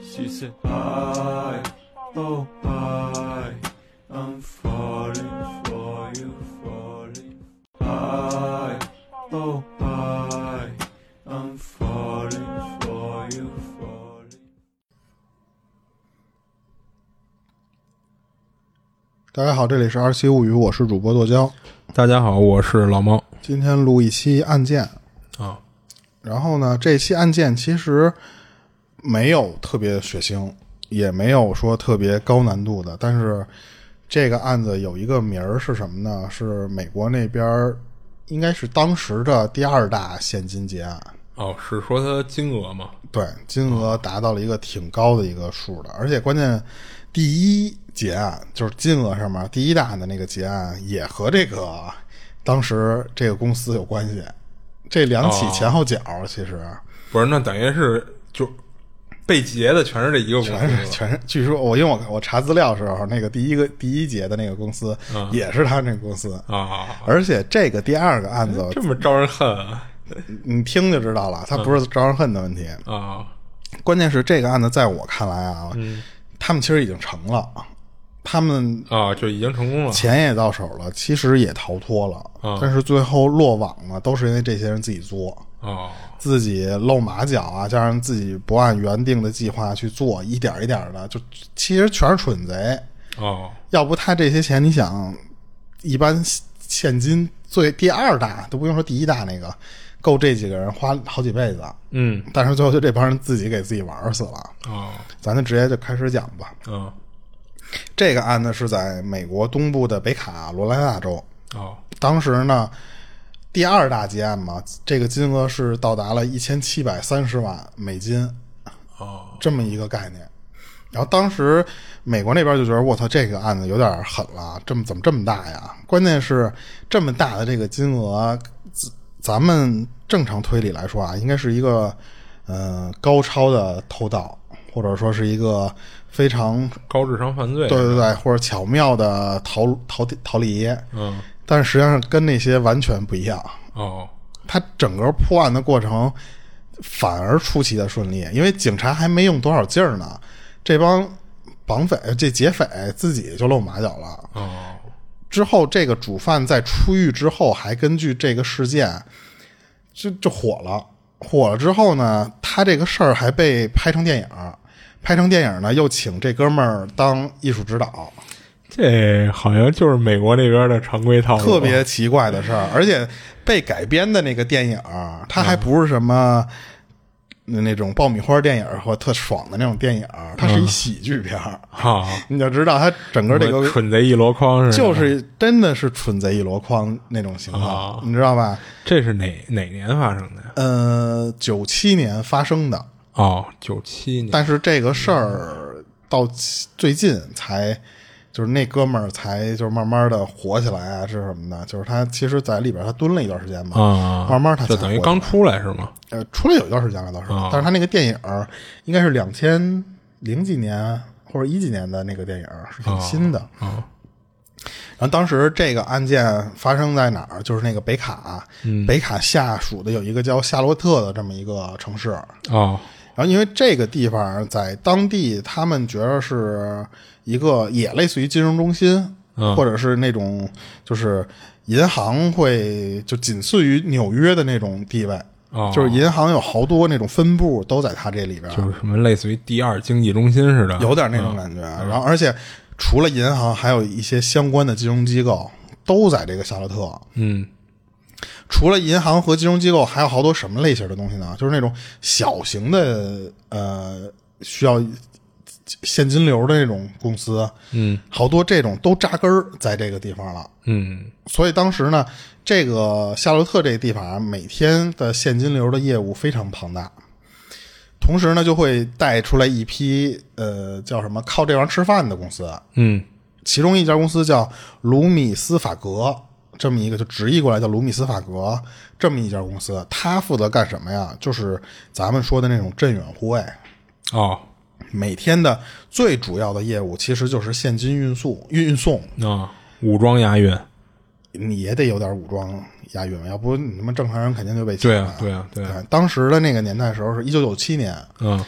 She said, I, oh I, I'm falling for you, falling. I, oh I, I'm falling for you, falling. 大家好，这里是二七物语，我是主播剁椒。 大家好，我是老猫。 今天录一期案件啊， 然后呢，这期案件其实没有特别血腥，也没有说特别高难度的，但是这个案子有一个名儿是什么呢？是美国那边应该是当时的第二大现金劫案。 哦，是说它金额吗？ 对，金额达到了一个挺高的一个数的，而且关键第一劫案就是金额上面第一大的那个劫案也和这个当时这个公司有关系，这两起前后脚其实、 不是，那等于是就被劫的全是这一个公司， 全是。据说因为我查资料的时候，那个第一劫的那个公司、也是他那个公司啊， 而且这个第二个案子这么招人恨啊！ 你听就知道了，他不是招人恨的问题啊。 关键是这个案子在我看来啊，他们其实已经成了。他们就已经成功了， 钱也到手了，其实也逃脱了、但是最后落网呢，都是因为这些人自己作自己露马脚啊，加上自己不按原定的计划去做，一点一点的，就其实全是蠢贼要不他这些钱，你想一般现金第二大都不用说第一大那个，够这几个人花好几辈子。但是最后就这帮人自己给自己玩死了咱就直接就开始讲吧。这个案子是在美国东部的北卡罗来纳州当时呢第二大劫案嘛，这个金额是到达了1730万美金这么一个概念。然后当时美国那边就觉得我操，这个案子有点狠了，怎么这么大呀？关键是这么大的这个金额，咱们正常推理来说啊，应该是一个高超的偷盗，或者说是一个非常高智商犯罪， 对，或者巧妙的逃离。但实际上跟那些完全不一样他整个破案的过程反而出奇的顺利，因为警察还没用多少劲儿呢，这帮劫匪自己就露马脚了之后这个主犯在出狱之后，还根据这个事件就火了之后呢，他这个事儿还被拍成电影呢，又请这哥们儿当艺术指导。 这好像就是美国那边的常规套路， 特别奇怪的事儿。而且被改编的那个电影它还不是什么那种爆米花电影或特爽的那种电影，它是一喜剧片你就知道它整个这个蠢贼一箩筐就是真的是蠢贼一箩筐那种情况你知道吧？ 这是哪年发生的 ？97年发生的 97年。 但是这个事儿到最近才就是那哥们儿才就是慢慢的火起来啊，是什么的？就是他其实在里边他蹲了一段时间嘛慢慢他才就等于刚出来是吗？ 出来有一段时间了倒是但是他那个电影应该是2000几年或者10几年的那个电影，是挺新的然后当时这个案件发生在哪儿？就是那个北卡北卡下属的有一个叫夏洛特的这么一个城市然后因为这个地方在当地他们觉得是一个也类似于金融中心或者是那种就是银行会就仅次于纽约的那种地位就是银行有好多那种分部都在它这里边， 就是什么类似于第二经济中心似的， 有点那种感觉然后而且除了银行还有一些相关的金融机构都在这个夏洛特除了银行和金融机构还有好多什么类型的东西呢？就是那种小型的需要现金流的那种公司好多这种都扎根在这个地方了所以当时呢这个夏洛特这个地方每天的现金流的业务非常庞大，同时呢就会带出来一批叫什么靠这玩意儿吃饭的公司其中一家公司叫卢米斯法格，这么一个就直译过来叫卢米斯法格，这么一家公司，它负责干什么呀？就是咱们说的那种镇远护卫每天的最主要的业务其实就是现金运送武装押运， 你也得有点武装押运，要不你们正常人肯定就被抢了。 对啊。 当时的那个年代时候是1997年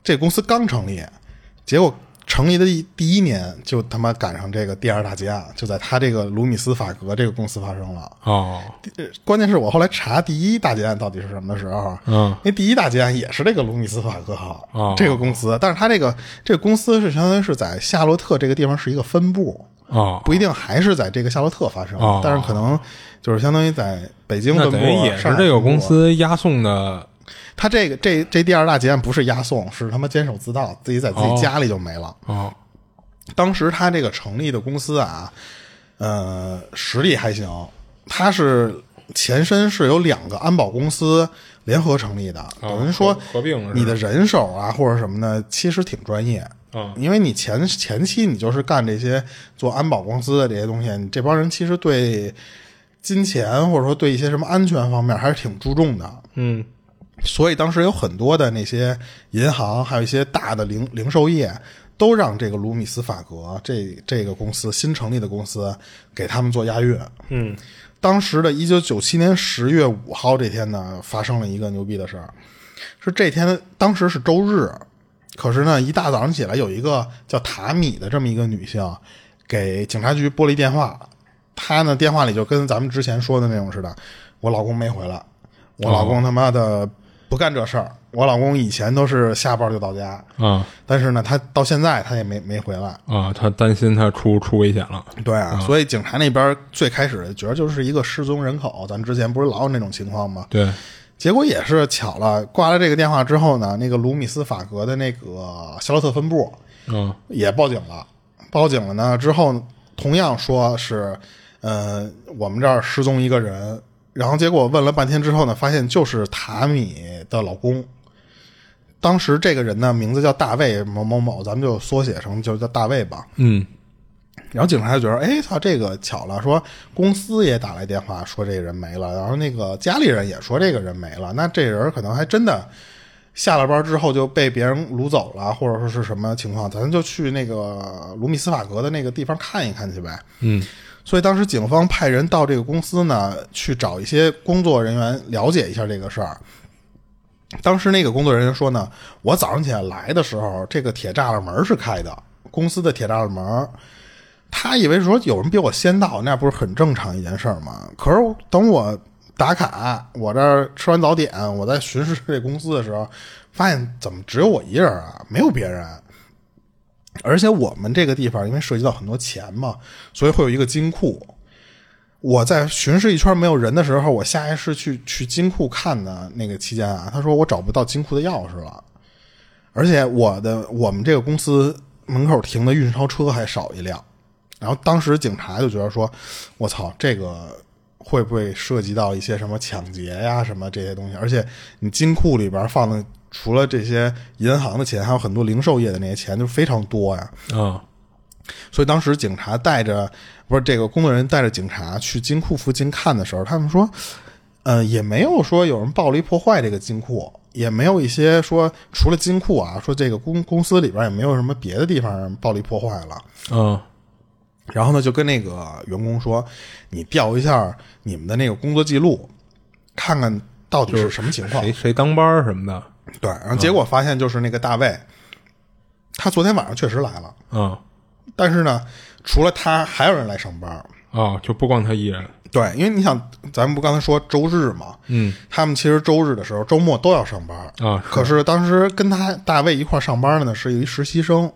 这公司刚成立，结果成立的第一年就他妈赶上这个第二大劫案，就在他这个卢米斯法格这个公司发生了。关键是我后来查第一大劫案到底是什么的时候，因为第一大劫案也是这个卢米斯法格这个公司，但是他这个公司是相当于是在夏洛特这个地方是一个分部。不一定还是在这个夏洛特发生，但是可能就是相当于在北京分部， 也是这个公司押送的。 他这第二大劫案不是押送，是他妈监守自盗，自己在自己家里就没了。当时他这个成立的公司啊，实力还行，他是前身是有2个安保公司联合成立的，等于说合并你的人手啊或者什么的其实挺专业。因为你前期你就是干这些做安保公司的这些东西，你这帮人其实对金钱或者说对一些什么安全方面还是挺注重的。所以当时有很多的那些银行还有一些大的零售业都让这个卢米斯法格这个公司新成立的公司给他们做押运。当时的1997年10月5号这天呢，发生了一个牛逼的事儿，是这天当时是周日，可是呢一大早上起来有一个叫塔米的这么一个女性给警察局拨了一电话，她呢电话里就跟咱们之前说的那种似的，我老公没回来，我老公他妈的不干这事儿，我老公以前都是下班就到家但是呢他到现在他也没回来他担心他出危险了。 对所以警察那边最开始觉得就是一个失踪人口，咱之前不是老有那种情况吗？ 对， 结果也是巧了，挂了这个电话之后呢，那个卢米斯法格的那个夏洛特分部也报警了。报警了呢之后同样说是我们这儿失踪一个人，然后结果问了半天之后呢，发现就是塔米的老公。当时这个人呢名字叫大卫某某某，咱们就缩写成就叫大卫吧。然后警察就觉得哎操，这个巧了，说公司也打来电话说这个人没了，然后那个家里人也说这个人没了，那这人可能还真的下了班之后就被别人掳走了，或者说是什么情况，咱就去那个卢米斯法格的那个地方看一看去呗。所以当时警方派人到这个公司呢去找一些工作人员了解一下这个事儿。当时那个工作人员说呢，我早上起来来的时候这个铁栅栏门是开的，公司的铁栅栏门，他以为说有人比我先到，那不是很正常一件事吗？可是等我打卡，我这儿吃完早点，我在巡视这公司的时候发现怎么只有我一人啊，没有别人。而且我们这个地方因为涉及到很多钱嘛，所以会有一个金库。我在巡视一圈没有人的时候，我下意识去金库看的那个期间啊，他说我找不到金库的钥匙了，而且我们这个公司门口停的运钞车还少一辆。然后当时警察就觉得说，我操，这个会不会涉及到一些什么抢劫呀什么这些东西，而且你金库里边放的除了这些银行的钱，还有很多零售业的那些钱就非常多呀。所以当时警察这个工作人员带着警察去金库附近看的时候，他们说也没有说有人暴力破坏这个金库，也没有一些说除了金库啊，说这个公司里边也没有什么别的地方暴力破坏了。然后呢就跟那个员工说，你调一下你们的那个工作记录，看看到底是什么情况， 谁当班什么的。 对，然后结果发现就是那个大卫，他昨天晚上确实来了。但是呢除了他还有人来上班就不光他一人。 对，因为你想咱们不刚才说周日嘛，他们其实周日的时候周末都要上班可是当时跟他大卫一块上班的呢是一实习生。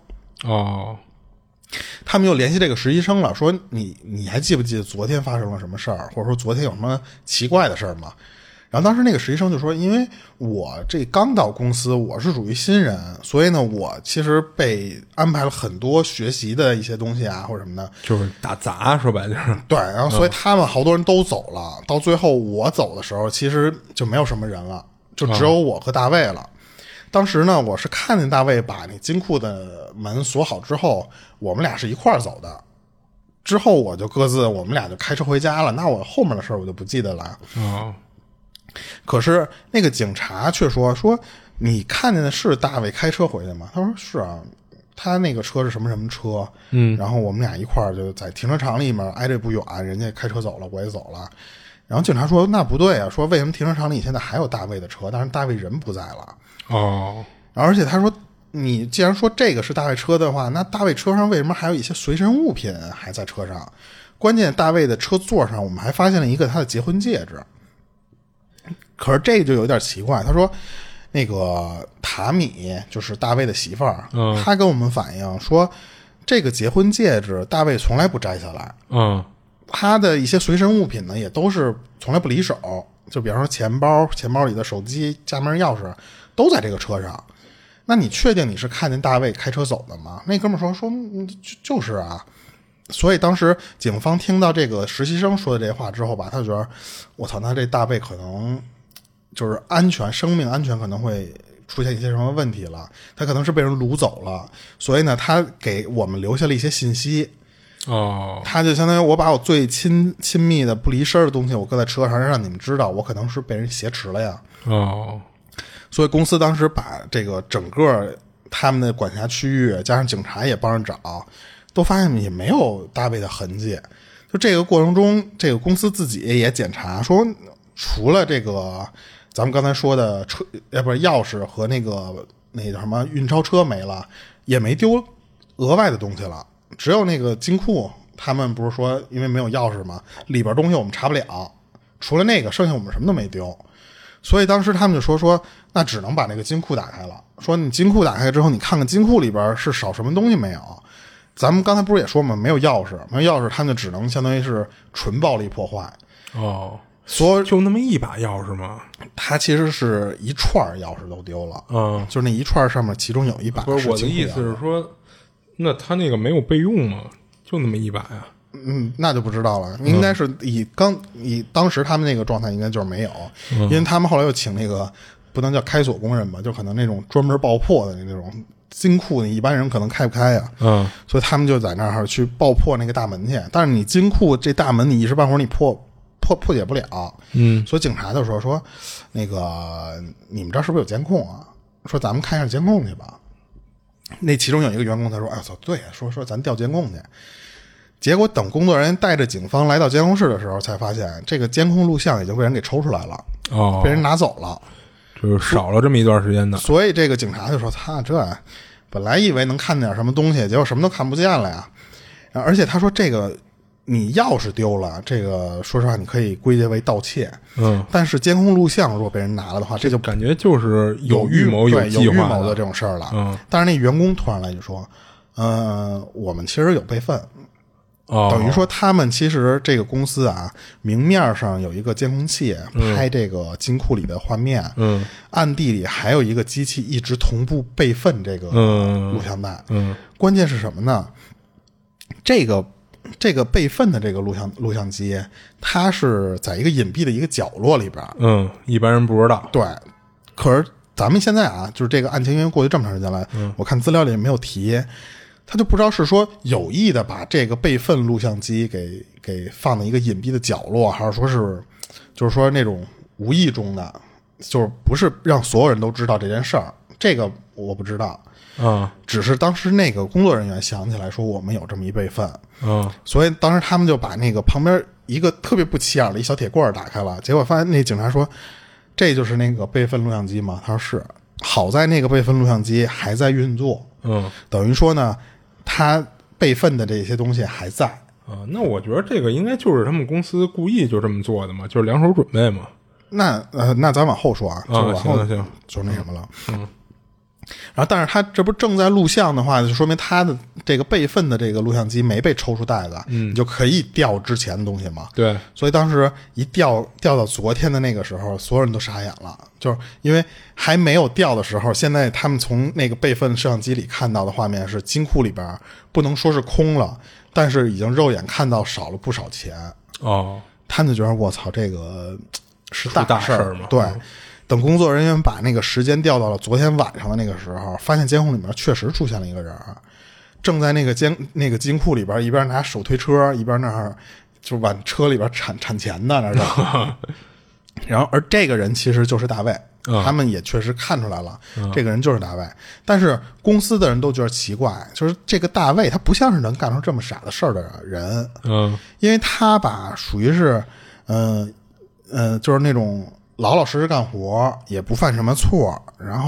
他们又联系这个实习生了，说你还记不记得昨天发生了什么事儿，或者说昨天有什么奇怪的事儿吗？然后当时那个实习生就说，因为我这刚到公司，我是属于新人，所以呢我其实被安排了很多学习的一些东西啊或者什么的， 就是打杂，说白了。 对，然后所以他们好多人都走了，到最后我走的时候其实就没有什么人了，就只有我和大卫了。当时呢我是看见大卫把那金库的门锁好之后，我们俩是一块儿走的，之后我们俩就开车回家了，那我后面的事儿我就不记得了。可是那个警察却说你看见的是大卫开车回去吗？他说是啊，他那个车是什么什么车，然后我们俩一块儿就在停车场里面挨着不远，人家开车走了，我也走了。然后警察说那不对啊，说为什么停车场里现在还有大卫的车，但是大卫人不在了。 而且他说你既然说这个是大卫车的话，那大卫车上为什么还有一些随身物品还在车上？关键大卫的车座上我们还发现了一个他的结婚戒指。可是这个就有点奇怪，他说那个塔米就是大卫的媳妇儿，他跟我们反映说这个结婚戒指大卫从来不摘下来，他的一些随身物品呢也都是从来不离手，就比方说钱包里的手机、家门钥匙都在这个车上。那你确定你是看见大卫开车走的吗？那哥们说就是啊。所以当时警方听到这个实习生说的这话之后吧，他就觉得我操，那这大卫可能就是生命安全可能会出现一些什么问题了，他可能是被人掳走了，所以呢他给我们留下了一些信息。他就相当于我把我最亲密的不离身的东西我搁在车上，让你们知道我可能是被人挟持了呀。所以公司当时把这个整个他们的管辖区域加上警察也帮着找，都发现也没有大卫的痕迹。就这个过程中，这个公司自己也检查说，除了这个咱们刚才说的钥匙和那个叫什么运钞车没了，也没丢额外的东西了，只有那个金库，他们不是说因为没有钥匙吗？里边东西我们查不了，除了那个，剩下我们什么都没丢。所以当时他们就说那只能把那个金库打开了，说你金库打开之后，你看看金库里边是少什么东西没有。咱们刚才不是也说嘛，没有钥匙，他们就只能相当于是纯暴力破坏。 就那么一把钥匙吗？ 他其实是一串钥匙都丢了。就是那一串上面其中有一把。 不是，我的意思是说，那他那个没有备用吗？就那么一把呀？ 那就不知道了，应该是以当时他们那个状态应该就是没有，因为他们后来又请那个不能叫开锁工人吧，就可能那种专门爆破的那种金库，一般人可能开不开呀。所以他们就在那儿去爆破那个大门去，但是你金库这大门你一时半会儿你破解不了。所以警察就说那个你们这儿是不是有监控啊？说咱们看一下监控去吧。那其中有一个员工他说对，说咱调监控去。结果等工作人员带着警方来到监控室的时候，才发现这个监控录像已经被人给抽出来了，被人拿走了， 就是少了这么一段时间的。 所以这个警察就说这本来以为能看点什么东西，结果什么都看不见了呀。而且他说这个你钥匙丢了，这个说实话你可以归结为盗窃。但是监控录像如果被人拿了的话，这就感觉就是有预谋有计划的这种事儿了。但是那员工突然来就说我们其实有备份。等于说他们其实这个公司啊，明面上有一个监控器拍这个金库里的画面，暗地里还有一个机器一直同步备份这个录像带。关键是什么呢？这个备份的这个录像机，它是在一个隐蔽的一个角落里边， 一般人不知道。 对，可是咱们现在啊，就是这个案情因为过去这么长时间了，我看资料里没有提。他就不知道是说有意的把这个备份录像机给放在一个隐蔽的角落，还是说是就是说那种无意中的，就是不是让所有人都知道这件事儿，这个我不知道。只是当时那个工作人员想起来说我们有这么一备份。所以当时他们就把那个旁边一个特别不起眼的一小铁罐打开了，结果发现那警察说这就是那个备份录像机吗？他说是。好在那个备份录像机还在运作。等于说呢他备份的这些东西还在。 那我觉得这个应该就是他们公司故意就这么做的嘛，就是两手准备嘛。 那咱往后说啊，就往后行， 就那什么了。然后但是他这不正在录像的话，就说明他的这个备份的这个录像机没被抽出袋子，你就可以调之前的东西嘛。 对， 所以当时一调到昨天的那个时候，所有人都傻眼了，就是因为还没有调的时候，现在他们从那个备份摄像机里看到的画面是金库里边不能说是空了，但是已经肉眼看到少了不少钱。他们就觉得我操，这个是大事儿嘛。 对。等工作人员把那个时间调到了昨天晚上的那个时候，发现监控里面确实出现了一个人，正在那个金库里边一边拿手推车一边那儿就往车里边铲钱的那儿。然后而这个人其实就是大卫，他们也确实看出来了，这个人就是大卫。但是公司的人都觉得奇怪，就是这个大卫他不像是能干出这么傻的事儿的人。因为他吧属于是就是那种老老实实干活，也不犯什么错，然后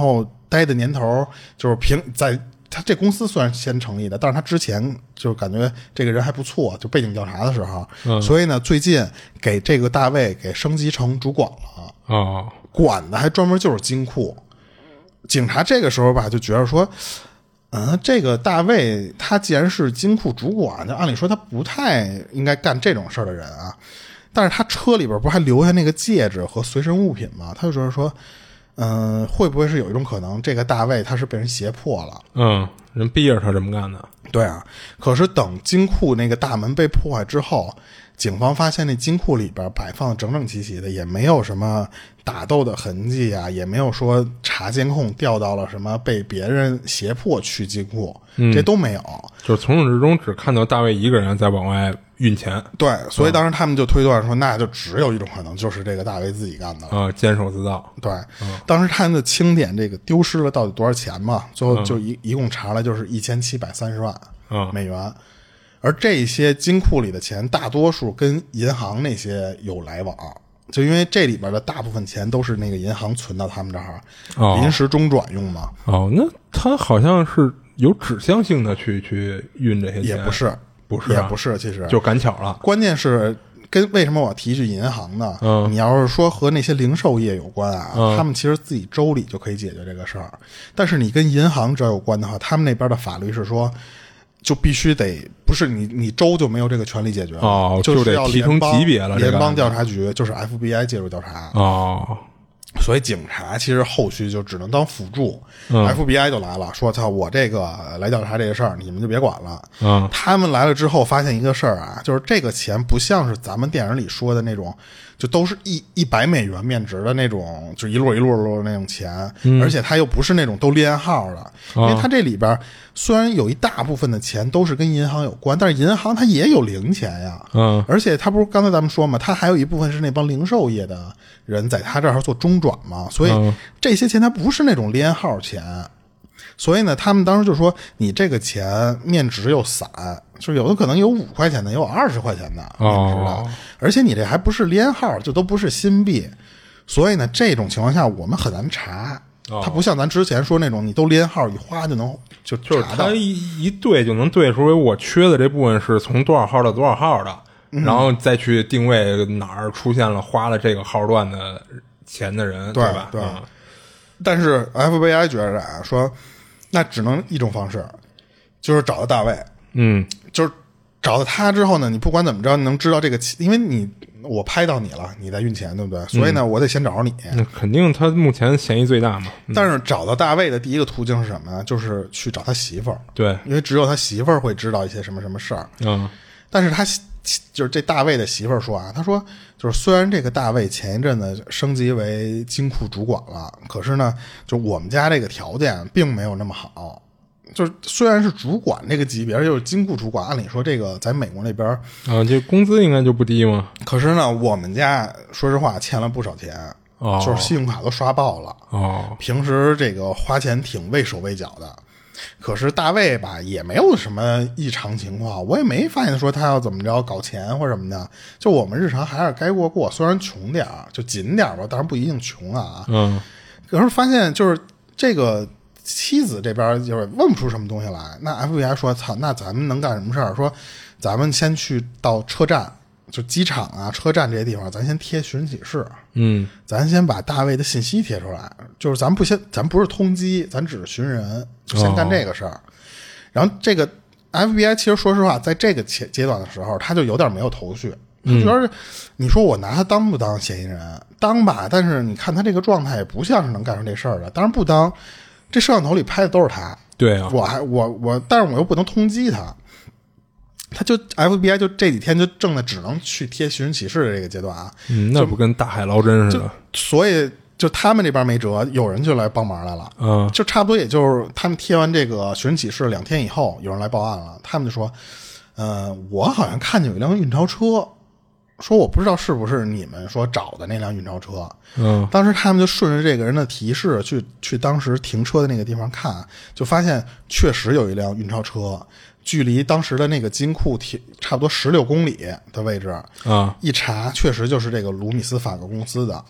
待的年头就是在他这公司虽然先成立的，但是他之前就感觉这个人还不错，就背景调查的时候，所以呢，最近给这个大卫给升级成主管了管的还专门就是金库。警察这个时候吧就觉得说，这个大卫他既然是金库主管，就按理说他不太应该干这种事儿的人啊。但是他车里边不是还留下那个戒指和随身物品吗？他就觉得说，会不会是有一种可能，这个大卫他是被人胁迫了？ 人逼着他这么干的。 对啊，可是等金库那个大门被破坏之后，警方发现那金库里边摆放整整齐齐的，也没有什么打斗的痕迹啊，也没有说查监控调到了什么被别人胁迫去金库，这都没有。 就是从始至终只看到大卫一个人在往外运钱。 对，所以当时他们就推断说，那就只有一种可能，就是这个大卫自己干的了。 监守自盗。 对，当时他们就清点这个丢失了到底多少钱嘛，最后就一共查了就是1730万美元。而这些金库里的钱大多数跟银行那些有来往，就因为这里边的大部分钱都是那个银行存到他们这儿，临时中转用嘛。那他好像是有指向性的去运这些钱。 也不是，也不是，其实就赶巧了。 关键是为什么我提一句银行呢？你要是说和那些零售业有关啊，他们其实自己州里就可以解决这个事儿。但是你跟银行只要有关的话，他们那边的法律是说，就必须得不是你州就没有这个权利解决就是要提升级别了。 联邦调查局就是 FBI 介入调查所以警察其实后续就只能当辅助。FBI 就来了，说操，我这个来调查这个事儿，你们就别管了。他们来了之后发现一个事儿啊，就是这个钱不像是咱们电影里说的那种，就都是100美元面值的那种，就一摞一摞的那种钱，而且它又不是那种都连号的，因为它这里边虽然有一大部分的钱都是跟银行有关，但是银行它也有零钱呀。而且它不是刚才咱们说嘛，它还有一部分是那帮零售业的人在他这儿做中转嘛，所以这些钱它不是那种连号钱。所以呢，他们当时就说，你这个钱面值又散，就是有的可能有5块钱的，有20块钱的面值的，而且你这还不是连号，就都不是新币。所以呢，这种情况下我们很难查。它不像咱之前说那种，你都连号一花就能就查到， 就是它一对就能对出我缺的这部分是从多少号到多少号的，然后再去定位哪儿出现了花了这个号段的钱的人， 对吧？ 对。但是 FBI 觉得啊，说那只能一种方式，就是找到大卫。就是找到他之后呢，你不管怎么着，你能知道这个，因为我拍到你了，你在运钱，对不对？所以呢，我得先找着你。 那肯定他目前嫌疑最大嘛。 但是找到大卫的第一个途径是什么呢？就是去找他媳妇儿。 对， 因为只有他媳妇儿会知道一些什么什么事儿。但是他就是这大卫的媳妇儿说啊，他说就是虽然这个大卫前一阵子升级为金库主管了，可是呢，就我们家这个条件并没有那么好。就是虽然是主管这个级别，就是金库主管，按理说这个在美国那边这工资应该就不低嘛。 可是呢，我们家说实话欠了不少钱，就是信用卡都刷爆了。平时这个花钱挺畏手畏脚的。可是大卫吧也没有什么异常情况，我也没发现说他要怎么着搞钱或什么的，就我们日常还是该过，虽然穷点就紧点吧，当然不一定穷啊。可是发现就是这个妻子这边就是问不出什么东西来，那 FBI 说操，那咱们能干什么事儿？说咱们先去到车站，就机场啊、车站这些地方，咱先贴寻人启事。咱先把大卫的信息贴出来，就是咱不是通缉，咱只是寻人，就先干这个事儿。然后这个 FBI 其实说实话，在这个阶段的时候，他就有点没有头绪。他觉得你说我拿他当不当嫌疑人？当吧，但是你看他这个状态也不像是能干出这事儿的，当然不当。这摄像头里拍的都是他， 对啊， 但是我又不能通缉他，他就 FBI 就这几天就正在只能去贴寻人启事的这个阶段啊， 那不跟大海捞针似的， 所以就他们这边没辙，有人就来帮忙来了，就差不多也就是他们贴完这个寻人启事2天以后，有人来报案了，他们就说，我好像看见有一辆运钞车。说我不知道是不是你们说找的那辆运钞车，当时他们就顺着这个人的提示去当时停车的那个地方看，就发现确实有一辆运钞车，距离当时的那个金库差不多16公里的位置一查确实就是这个卢米斯法克公司的。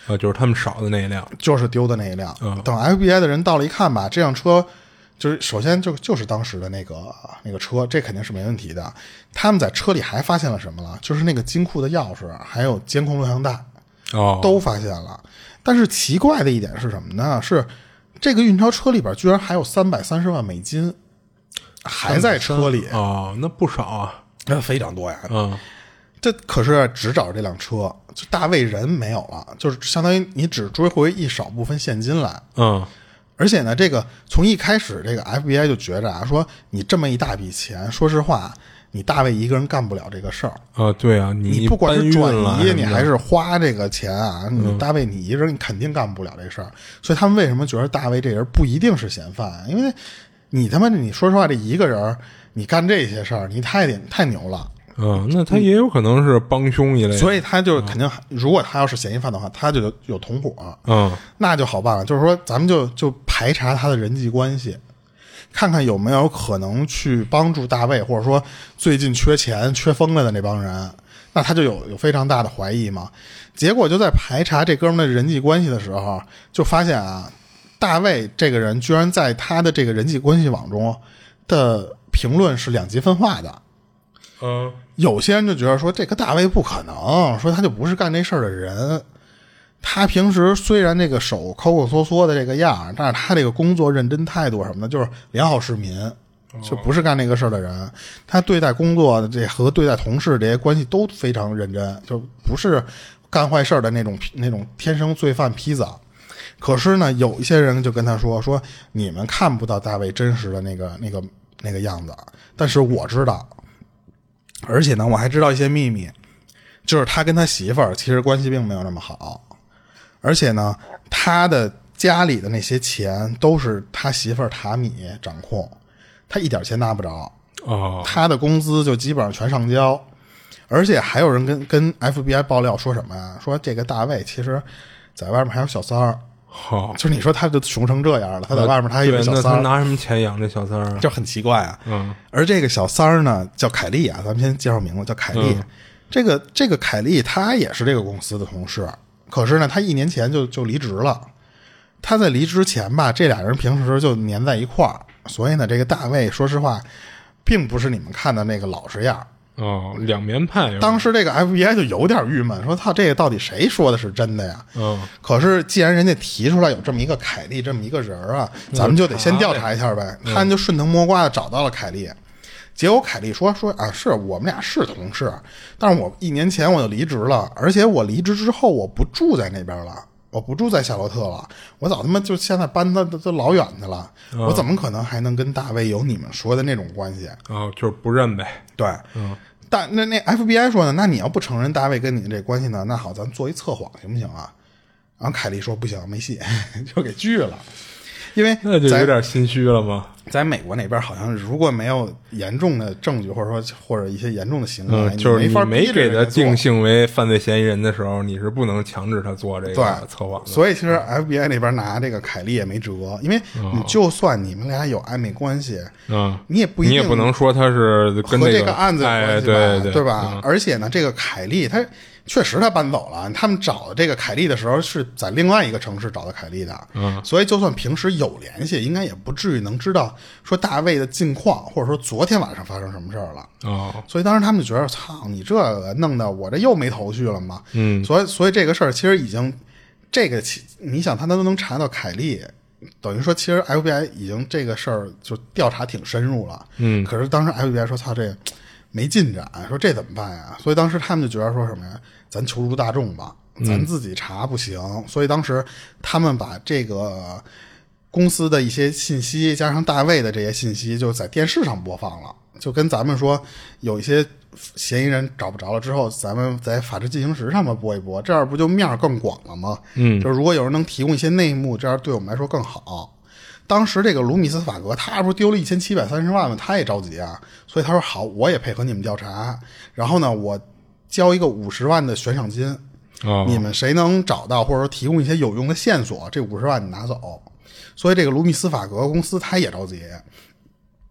就是他们少的那一辆， 就是丢的那一辆。等 FBI 的人到了一看吧，这辆车就是首先就是当时的那个车，这肯定是没问题的。他们在车里还发现了什么了？就是那个金库的钥匙，还有监控录像带，都发现了。但是奇怪的一点是什么呢？是这个运钞车里边居然还有$330万美金还在车里那不少啊， 那非常多呀。这可是只找这辆车，就大卫人没有了，就是相当于你只追回一少部分现金来。而且呢，这个从一开始这个 FBI 就觉着说你这么一大笔钱，说实话你大卫一个人干不了这个事儿对啊， 你不管是转移你还是花这个钱啊，你大卫你一个人你肯定干不了这事儿。所以他们为什么觉得大卫这人不一定是嫌犯？因为你他妈你说实话，这一个人你干这些事儿，你太牛了。 那他也有可能是帮凶一类的， 所以他就肯定，如果他要是嫌疑犯的话，他就有同伙，那就好办了。就是说，咱们就排查他的人际关系，看看有没有可能去帮助大卫，或者说最近缺钱缺疯了的那帮人，那他就有非常大的怀疑嘛。结果就在排查这哥们的人际关系的时候，就发现啊，大卫这个人居然在他的这个人际关系网中的评论是两极分化的。有些人就觉得说这个大卫不可能，说他就不是干这事儿的人。他平时虽然这个手抠抠缩缩的这个样，但是他这个工作认真态度什么的，就是良好市民，就不是干那个事儿的人。他对待工作的和对待同事这些关系都非常认真，就不是干坏事的那种天生罪犯坯子。可是呢，有一些人就跟他说你们看不到大卫真实的那个样子，但是我知道。而且呢，我还知道一些秘密，就是他跟他媳妇儿其实关系并没有那么好，而且呢，他的家里的那些钱都是他媳妇儿塔米掌控，他一点钱拿不着，他的工资就基本上全上交。而且还有人跟 FBI 爆料说什么呀？说这个大卫其实在外面还有小三儿。就是你说他就穷成这样了，他在外面他还有个小三儿， 那他拿什么钱养这小三儿？ 就很奇怪啊。而这个小三儿呢叫凯莉啊，咱们先介绍名字，叫凯莉。这个凯莉她也是这个公司的同事，可是呢她1年前就离职了。她在离职前吧，这俩人平时就黏在一块儿，所以呢这个大卫说实话并不是你们看的那个老实样。 两面派。 当时这个 FBI 就有点郁闷，说操，这个到底谁说的是真的呀？可是既然人家提出来有这么一个凯莉这么一个人啊，咱们就得先调查一下呗。他们就顺藤摸瓜的找到了凯莉。结果凯莉说啊，是我们俩是同事，但是我1年前我就离职了，而且我离职之后我不住在那边了，我不住在夏洛特了，我早他妈就现在搬的都老远去了，我怎么可能还能跟大卫有你们说的那种关系？ 就是不认呗。 对，但那 FBI 说呢，那你要不承认大卫跟你这关系呢，那好，咱做一测谎行不行啊？然后凯莉说不行，没戏，就给拒了。因为那就有点心虚了吗？ 在美国那边好像如果没有严重的证据，或者一些严重的行为， 就是你没给他定性为犯罪嫌疑人的时候，你是不能强制他做这个测谎的。 所以其实 FBI 那边拿这个凯莉也没辙，因为你就算你们俩有暧昧关系，你也不一定， 你也不能说他是跟和这个案子有关系吧，对吧？而且呢，这个凯莉她确实他搬走了，他们找这个凯莉的时候是在另外一个城市找的凯莉的，所以就算平时有联系，应该也不至于能知道说大卫的近况，或者说昨天晚上发生什么事儿了。所以当时他们就觉得，操，你这个弄得我这又没头绪了嘛。所以这个事儿其实已经你想他都能查到凯莉，等于说其实 FBI 已经这个事儿就调查挺深入了。可是当时 FBI 说，操，这没进展，说这怎么办呀？所以当时他们就觉得说什么呀，咱求助大众吧，咱自己查不行。所以当时他们把这个公司的一些信息加上大卫的这些信息就在电视上播放了，就跟咱们说有一些嫌疑人找不着了之后，咱们在法制进行时上面播一播，这样不就面更广了吗？就是如果有人能提供一些内幕，这样对我们来说更好。当时这个卢米斯法格他不是丢了1730万吗？他也着急啊，所以他说好，我也配合你们调查，然后呢我交一个50万的悬赏金，你们谁能找到或者说提供一些有用的线索，这50万你拿走。所以这个卢米斯法格公司他也着急，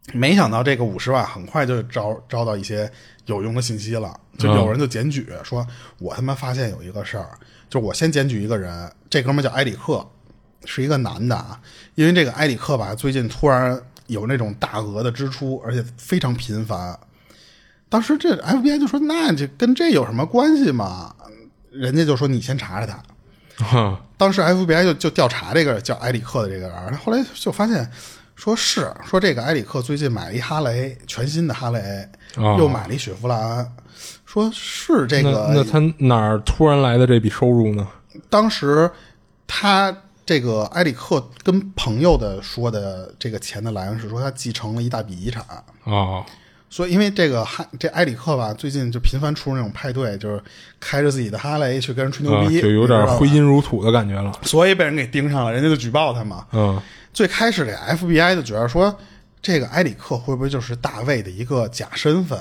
没想到这个50万很快就招到一些有用的信息了，就有人就检举说，我他妈发现有一个事儿，就我先检举一个人，这哥们叫埃里克，是一个男的啊，因为这个埃里克吧，最近突然有那种大额的支出，而且非常频繁。当时这 FBI 就说，那这跟这有什么关系吗？人家就说你先查查他。当时 FBI 就调查这个叫埃里克的这个人，后来就发现说这个埃里克最近买了一哈雷，全新的哈雷，又买了一雪佛兰，说是这个。 那他哪儿突然来的这笔收入呢？ 当时他这个埃里克跟朋友的说的这个钱的来源是说他继承了一大笔遗产。所以因为这埃里克吧，最近就频繁出那种派对，就是开着自己的哈雷去跟人吹牛逼， 就有点挥金如土的感觉了， 所以被人给盯上了，人家就举报他嘛。最开始这 FBI 就觉得说，这个埃里克会不会就是大卫的一个假身份？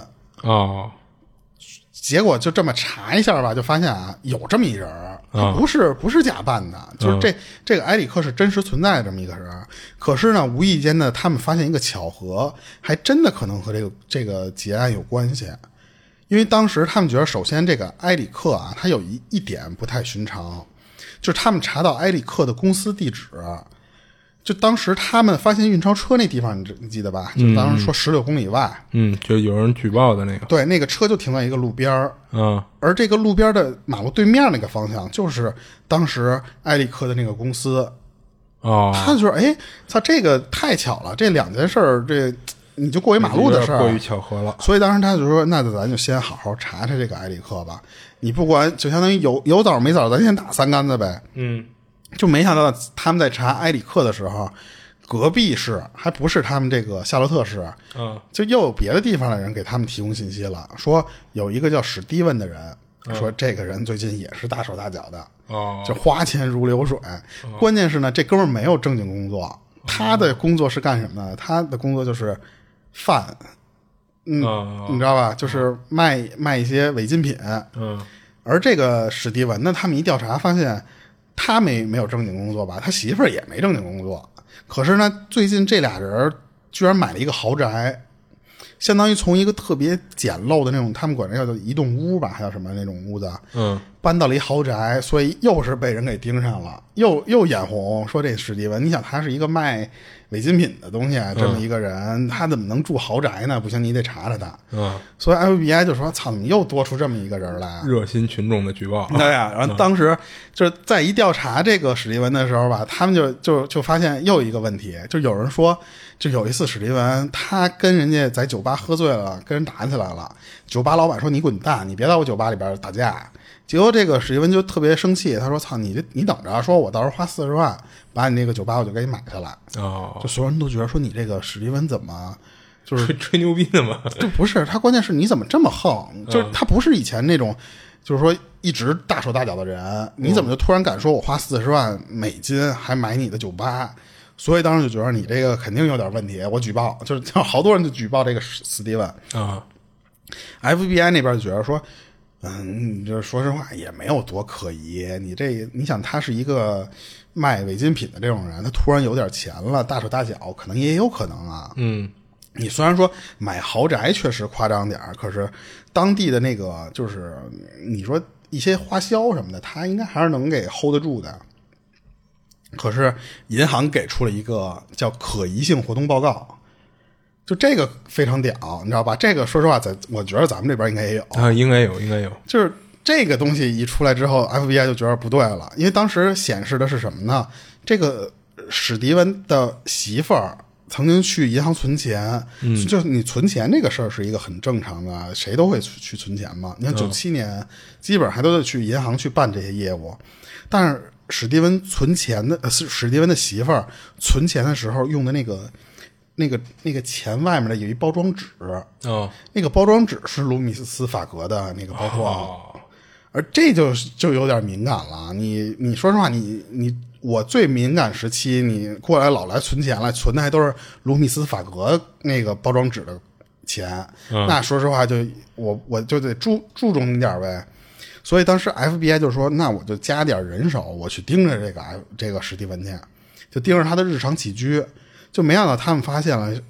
结果就这么查一下吧，就发现啊，有这么一人，他不是假扮的，就是这个埃里克是真实存在的这么一个人。可是呢，无意间呢，他们发现一个巧合，还真的可能和这个结案有关系。因为当时他们觉得，首先这个埃里克啊，他有一点不太寻常，就是他们查到埃里克的公司地址。就当时他们发现运钞车那地方，你记得吧？就当时说16公里外， 就有人举报的那个。 对，那个车就停在一个路边而这个路边的马路对面那个方向，就是当时埃里克的那个公司。他就说，操，这个太巧了，这两件事儿，这你就过一马路的事儿， 过于巧合了。 所以当时他就说，那咱就先好好查查这个埃里克吧。你不管，就相当于有枣没枣，咱先打3竿子呗。就没想到他们在查埃里克的时候，隔壁市还不是他们这个夏洛特市，就又有别的地方的人给他们提供信息了，说有一个叫史蒂文的人，说这个人最近也是大手大脚的，就花钱如流水。关键是呢，这哥们儿没有正经工作，他的工作是干什么呢？他的工作就是贩，你知道吧？就是卖一些违禁品。而这个史蒂文呢，他们一调查发现，他没有正经工作吧，他媳妇儿也没正经工作。可是呢，最近这俩人居然买了一个豪宅，相当于从一个特别简陋的那种，他们管这叫做移动屋吧，还有什么那种屋子，搬到了一豪宅，所以又是被人给盯上了，又眼红，说这史蒂文，你想他是一个卖违禁品的东西，这么一个人，他怎么能住豪宅呢？不行，你得查查他。所以 FBI 就说，操，怎么又多出这么一个人来？ 热心群众的举报。 对呀，然后当时就是在一调查这个史蒂文的时候吧，他们就发现又有一个问题，就有人说，就有一次史蒂文他跟人家在酒吧喝醉了，跟人打起来了，酒吧老板说你滚蛋，你别在我酒吧里边打架。结果这个史蒂文就特别生气，他说：“操你等着，说我到时候花40万把你那个酒吧我就给你买下来。”就所有人都觉得说你这个史蒂文怎么就是吹牛逼的嘛？ 就不是他，关键是你怎么这么横？就是他不是以前那种，就是说一直大手大脚的人，你怎么就突然敢说我花40万美金还买你的酒吧？所以当时就觉得你这个肯定有点问题，我举报，就是好多人就举报这个史蒂文FBI 那边就觉得说。就是说实话也没有多可疑。你想他是一个卖违禁品的这种人，他突然有点钱了，大手大脚，可能也有可能啊。你虽然说买豪宅确实夸张点，可是当地的那个就是你说一些花销什么的，他应该还是能给 hold 得住的。可是银行给出了一个叫可疑性活动报告。就这个非常屌，你知道吧？这个说实话，我觉得咱们这边应该也有应该有。 就是这个东西一出来之后 ，FBI 就觉得不对了，因为当时显示的是什么呢？这个史蒂文的媳妇儿曾经去银行存钱，就是你存钱这个事儿是一个很正常的，谁都会去存钱嘛。你看97年，基本上还都得去银行去办这些业务，但是史蒂文的媳妇儿存钱的时候用的那个钱外面的有一包装纸，那个包装纸是卢米斯法格的那个包装，而这就有点敏感了。你说实话，我最敏感时期，你过来老来存钱了，存的还都是卢米斯法格那个包装纸的钱，那说实话我就得注重一点呗。所以当时 FBI 就说，那我就加点人手，我去盯着这个史蒂文去，就盯着他的日常起居。就没想到他们发现了，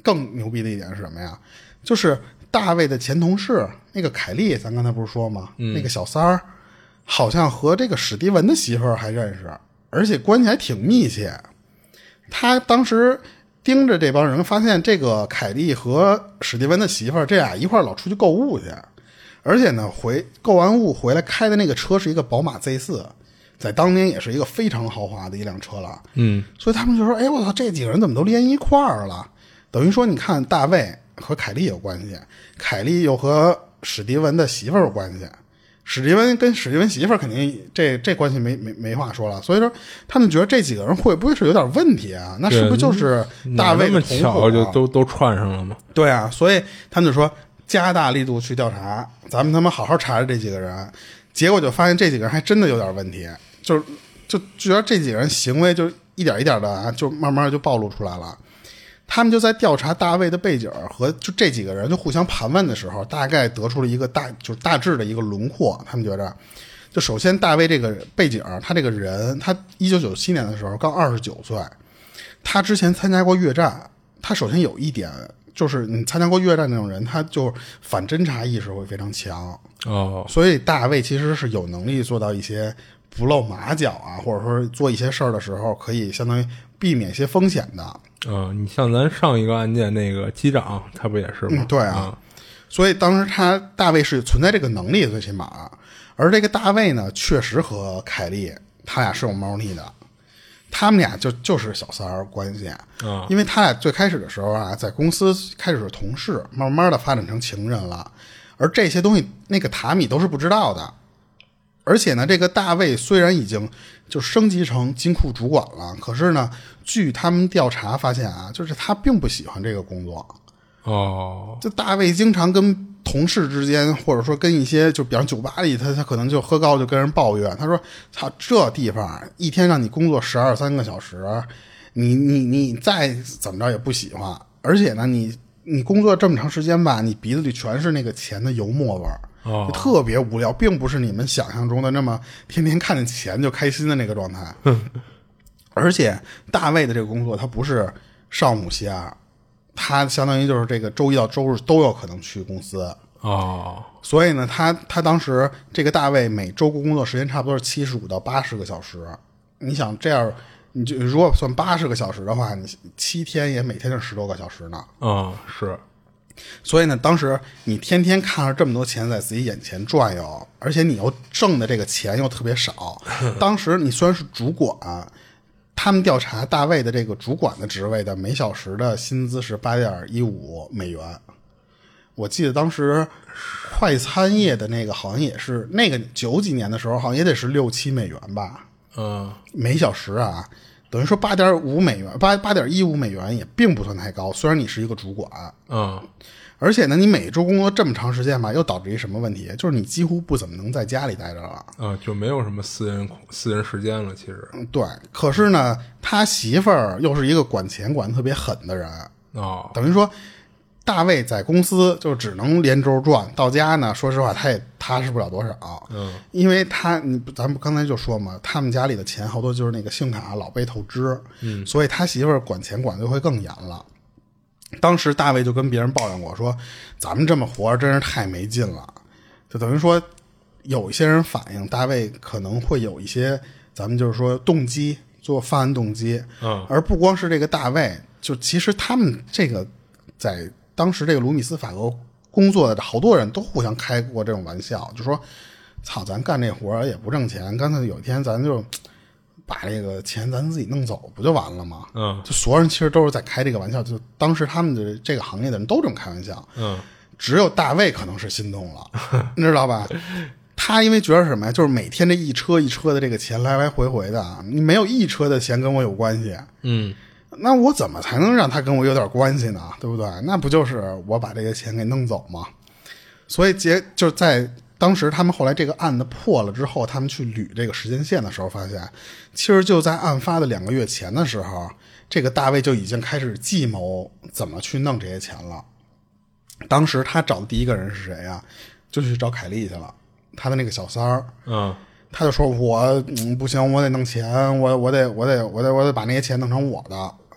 更牛逼的一点是什么呀？就是大卫的前同事那个凯利，咱刚才不是说吗？那个小三儿好像和这个史蒂文的媳妇儿还认识，而且关系还挺密切。他当时盯着这帮人，发现这个凯利和史蒂文的媳妇儿这俩一块儿老出去购物去，而且呢购完物回来开的那个车是一个宝马 Z4， 在当年也是一个非常豪华的一辆车了。所以他们就说，哎，我操，这几个人怎么都连一块儿了？等于说你看大卫和凯利有关系，凯利又和史蒂文的媳妇儿有关系，史蒂文跟史蒂文媳妇儿肯定这关系没话说了。所以说他们觉得这几个人会不会是有点问题啊？那是不是就是大卫的同伙？ 就都串上了吗？ 对啊，所以他们就说加大力度去调查，咱们他妈好好查查这几个人。结果就发现这几个人还真的有点问题，就觉得这几个人行为就一点一点的啊，就慢慢就暴露出来了。他们就在调查大卫的背景和就这几个人就互相盘问的时候，大概得出了一个大致的一个轮廓。他们觉着，就首先大卫这个背景，他这个人，他1997年的时候刚29岁，他之前参加过越战。他首先有一点就是你参加过越战那种人，他就反侦察意识会非常强所以大卫其实是有能力做到一些不露马脚啊，或者说做一些事儿的时候可以相当于避免一些风险的。 你像咱上一个案件那个机长，他不也是吗？ 对啊。所以当时大卫是存在这个能力，最起码。而这个大卫呢，确实和凯利他俩是有猫腻的，他们俩就是小三儿关系因为他俩最开始的时候啊，在公司开始是同事，慢慢的发展成情人了，而这些东西那个塔米都是不知道的。而且呢，这个大卫虽然已经就升级成金库主管了，可是呢，据他们调查发现啊，就是他并不喜欢这个工作就大卫经常跟同事之间，或者说跟一些就比方酒吧里，他可能就喝高就跟人抱怨，他说操，这地方一天让你工作12-13个小时，你再怎么着也不喜欢，而且呢你工作这么长时间吧，你鼻子里全是那个钱的油墨味儿就特别无聊，并不是你们想象中的那么天天看见钱就开心的那个状态而且大卫的这个工作他不是上午歇，他相当于就是这个周一到周日都有可能去公司所以呢他当时这个大卫每周工作时间差不多是75到80个小时。你想这样，你就如果算80个小时的话，你7天也每天就10多个小时呢是。 所以呢，当时你天天看着这么多钱在自己眼前转悠，而且你又挣的这个钱又特别少当时你虽然是主管，他们调查大卫的这个主管的职位的每小时的薪资是8.15美元。我记得当时快餐业的那个好像也是那个90几年的时候好像也得是6-7美元吧每小时啊，等于说8.5美元8.15美元也并不算太高，虽然你是一个主管而且呢你每周工作这么长时间吧，又导致一什么问题，就是你几乎不怎么能在家里待着了就没有什么私人时间了其实对。可是呢他媳妇儿又是一个管钱管得特别狠的人等于说大卫在公司就只能连轴转，到家呢说实话他也踏实不了多少因为咱们刚才就说嘛，他们家里的钱好多就是那个信用卡老被透支所以他媳妇儿管钱管得就会更严了。当时大卫就跟别人抱怨过说，咱们这么活着真是太没劲了，就等于说有一些人反映大卫可能会有一些咱们就是说动机，做犯案动机而不光是这个大卫，就其实他们这个在当时这个卢米斯法国工作的好多人都互相开过这种玩笑，就说操，咱干这活也不挣钱，干脆有一天咱就把这个钱咱自己弄走不就完了吗就所有人其实都是在开这个玩笑，就当时他们的这个行业的人都这么开玩笑只有大卫可能是心动了你知道吧他因为觉得什么呀，就是每天这一车一车的这个钱来来回回的，你没有一车的钱跟我有关系那我怎么才能让他跟我有点关系呢，对不对？那不就是我把这个钱给弄走吗？所以就在当时他们后来这个案子破了之后，他们去捋这个时间线的时候发现，其实就在案发的2个月前的时候，这个大卫就已经开始计谋怎么去弄这些钱了。当时他找的第一个人是谁啊？就去找凯利去了，他的那个小三儿他就说我不行，我得弄钱，我得把那些钱弄成我的。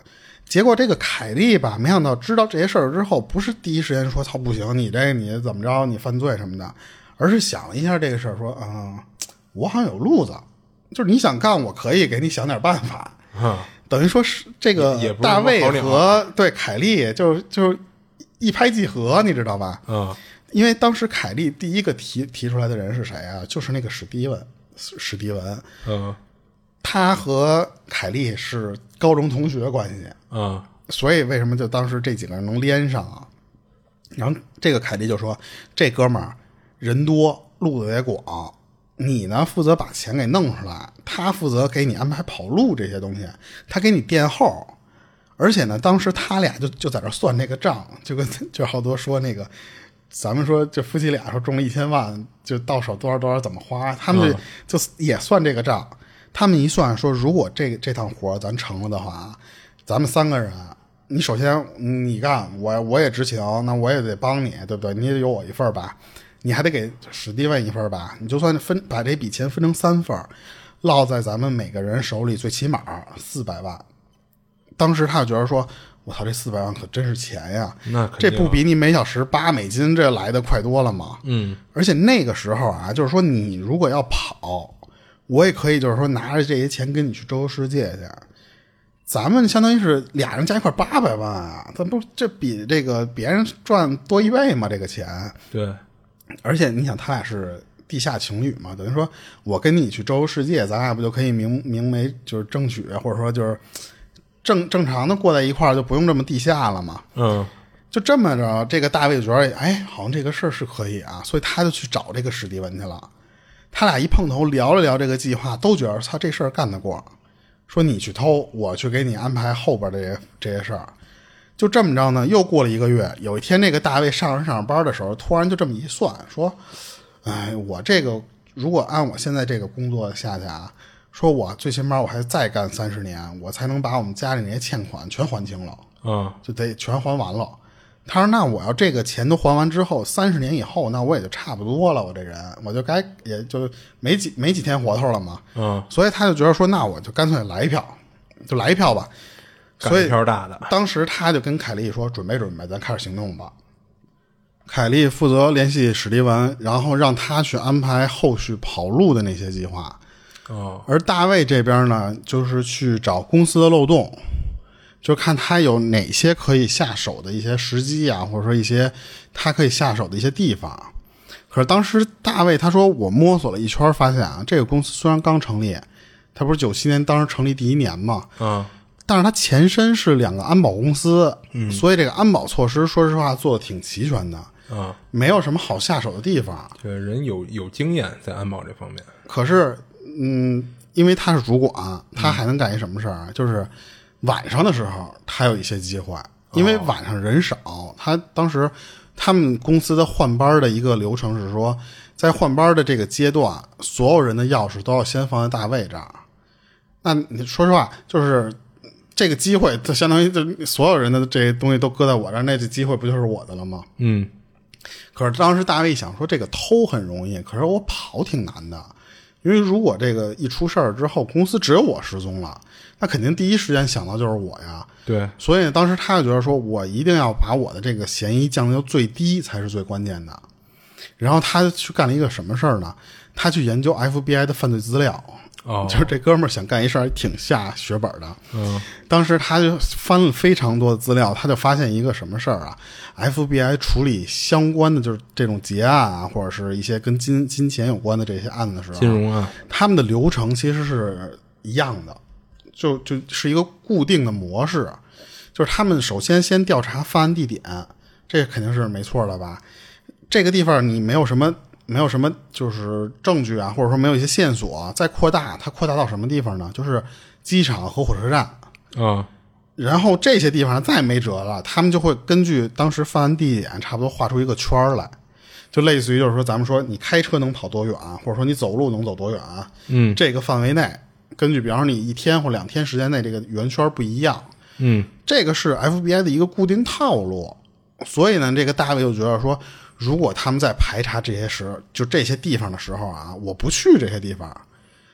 结果这个凯利吧，没想到知道这些事儿之后，不是第一时间说操不行，你怎么着，你犯罪什么的，而是想了一下这个事儿，说我好像有路子，就是你想干，我可以给你想点办法。等于说是这个大卫和对凯利就是一拍即合，你知道吧？因为当时凯利第一个提出来的人是谁啊？就是那个史蒂文。他和凯利是高中同学关系。所以为什么就当时这几个人能连上啊？然后这个凯利就说，这哥们儿人多路子也广，你呢负责把钱给弄出来，他负责给你安排跑路这些东西，他给你垫后。而且呢当时他俩就在这算这个账，就好多说那个咱们说这夫妻俩说中了1000万就到手多少怎么花，他们就也算这个账。他们一算说，如果这趟活咱成了的话，咱们3个人，你首先你干，我也知情，那我也得帮你，对不对？你也有我一份吧，你还得给史蒂文一份吧，你就算把这笔钱分成3份，落在咱们每个人手里最起码400万。当时他就觉得说，我操，这400万可真是钱呀！ 那这不比你每小时8美金这来的快多了吗？而且那个时候啊，就是说你如果要跑，我也可以就是说拿着这些钱跟你去周游世界去。咱们相当于是俩人加一块800万啊，咱不这比这个别人赚多1倍吗？这个钱。 对。 而且你想，他俩是地下情侣嘛，等于说我跟你去周游世界，咱俩不就可以明媒就是争取，或者说就是正常的过在一块儿，就不用这么地下了嘛。就这么着，这个大卫觉得好像这个事儿是可以啊，所以他就去找这个史蒂文去了。他俩一碰头聊了聊这个计划，都觉得他这事儿干得过，说你去偷，我去给你安排后边的这些事儿。就这么着呢，又过了1个月，有一天那个大卫上班的时候，突然就这么一算，说我这个如果按我现在这个工作下去啊，说我最起码我还再干30年，我才能把我们家里那些欠款全还清了。就得全还完了。他说那我要这个钱都还完之后，30年以后，那我也就差不多了，我这人我就也就没几天活头了嘛。所以他就觉得说，那我就干脆来一票，就来一票吧。所以干一票大的。 当时他就跟凯利说，准备咱开始行动吧。凯利负责联系史蒂文，然后让他去安排后续跑路的那些计划。而大卫这边呢，就是去找公司的漏洞，就看他有哪些可以下手的一些时机啊，或者说一些他可以下手的一些地方。可是当时大卫他说，我摸索了一圈，发现啊，这个公司虽然刚成立，他不是97年当时成立第1年嘛，但是它前身是2个安保公司，所以这个安保措施说实话做的挺齐全的，没有什么好下手的地方。 对，人有经验在安保这方面。 可是因为他是主管，他还能干一什么事儿啊？就是晚上的时候他有一些机会，因为晚上人少。他当时他们公司的换班的一个流程是说，在换班的这个阶段，所有人的钥匙都要先放在大卫这儿。那你说实话，就是这个机会就相当于就所有人的这些东西都搁在我这儿，那这机会不就是我的了吗？可是当时大卫想说，这个偷很容易，可是我跑挺难的。因为如果这个一出事儿之后，公司只有我失踪了，那肯定第一时间想到就是我呀。 对， 所以当时他就觉得说，我一定要把我的这个嫌疑降到最低才是最关键的。然后他去干了一个什么事儿呢？他去研究 FBI 的犯罪资料。就是这哥们儿想干一事儿挺下血本的。当时他就翻了非常多的资料，他就发现一个什么事儿啊 ？FBI 处理相关的就是这种结案啊，或者是一些跟金钱有关的这些案子的时候， 金融案， 他们的流程其实是一样的，就是一个固定的模式，就是他们首先调查犯案地点，这肯定是没错的吧？这个地方你没有什么就是证据啊，或者说没有一些线索，再扩大，它扩大到什么地方呢？就是机场和火车站。然后这些地方再没辙了，他们就会根据当时犯案地点差不多画出一个圈来，就类似于就是说咱们说你开车能跑多远，或者说你走路能走多远，这个范围内，根据比方说你1天或2天时间内这个圆圈不一样，这个是 FBI 的一个固定套路。所以呢，这个大卫就觉得说，如果他们在排查这些就这些地方的时候啊，我不去这些地方，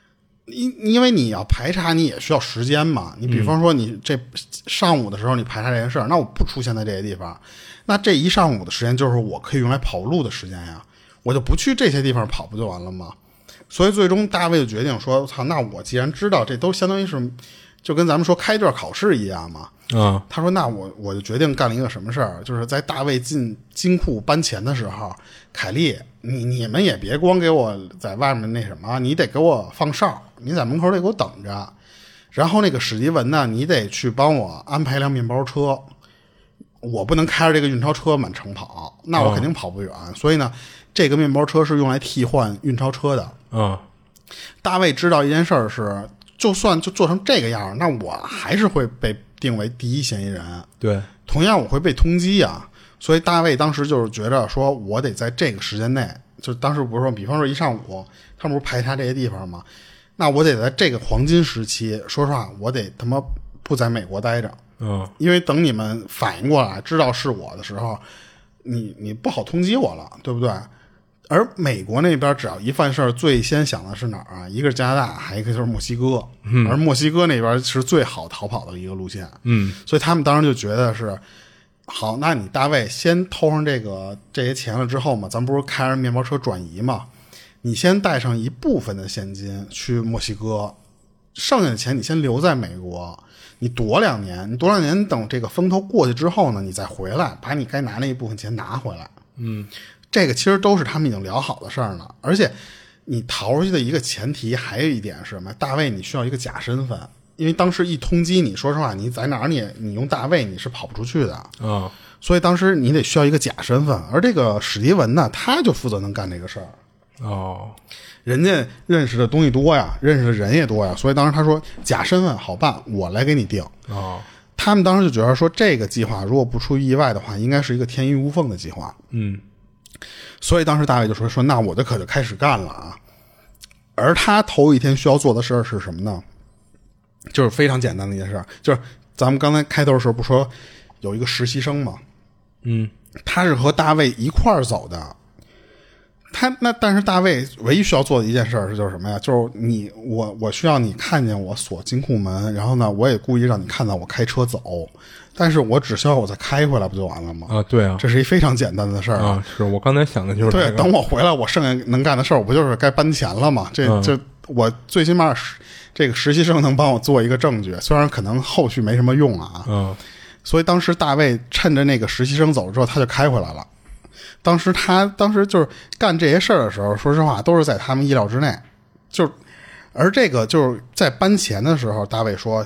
因为你要排查，你也需要时间嘛。你比方说，你这上午的时候你排查这件事儿，那我不出现在这些地方，那这一上午的时间就是我可以用来跑路的时间呀，我就不去这些地方跑不就完了吗？所以最终大卫就决定说，操，那我既然知道这都相当于是就跟咱们说开卷考试一样嘛。他说那我就决定干了一个什么事儿，就是在大卫进金库搬钱的时候，凯利你们也别光给我在外面那什么，你得给我放哨，你在门口得给我等着。然后那个史蒂文呢，你得去帮我安排辆面包车，我不能开着这个运钞车满城跑，那我肯定跑不远。所以呢，这个面包车是用来替换运钞车的。大卫知道一件事儿是，就算就做成这个样，那我还是会被定为第一嫌疑人。 对， 同样我会被通缉啊。所以大卫当时就是觉着说，我得在这个时间内，就当时不是说，比方说一上午，他们不是排查这些地方吗？那我得在这个黄金时期，说实话，我得他妈不在美国待着。因为等你们反应过来，知道是我的时候，你不好通缉我了，对不对？而美国那边只要一犯事儿，最先想的是哪儿啊？一个是加拿大，还有一个就是墨西哥。而墨西哥那边是最好逃跑的一个路线。所以他们当时就觉得是，好，那你大卫先偷上这些钱了之后嘛，咱不是开着面包车转移嘛？你先带上一部分的现金去墨西哥，剩下的钱你先留在美国，你躲2年，等这个风头过去之后呢，你再回来，把你该拿那一部分钱拿回来。这个其实都是他们已经聊好的事儿呢。而且你逃出去的一个前提还有一点是什么？大卫你需要一个假身份，因为当时一通缉你，说实话你在哪儿你用大卫你是跑不出去的。所以当时你得需要一个假身份，而这个史蒂文呢，他就负责能干这个事儿。人家认识的东西多呀，认识的人也多呀，所以当时他说假身份好办，我来给你定。他们当时就觉得说，这个计划如果不出意外的话，应该是一个天衣无缝的计划。所以当时大卫就说那我就可就开始干了啊。而他头一天需要做的事儿是什么呢？就是非常简单的一件事，就是咱们刚才开头的时候不说有一个实习生吗？他是和大卫一块儿走的。但是大卫唯一需要做的一件事就是什么呀？就是我需要你看见我锁金库门，然后呢，我也故意让你看到我开车走，但是我只需要我再开回来不就完了吗？对啊，这是一非常简单的事儿啊。 是我刚才想的就是对，等我回来，我剩下能干的事儿，我不就是该搬钱了吗？这我最起码这个实习生能帮我做一个证据，虽然可能后续没什么用啊。所以当时大卫趁着那个实习生走了之后，他就开回来了。当时就是干这些事儿的时候，说实话都是在他们意料之内。而这个就是在搬钱的时候，大卫说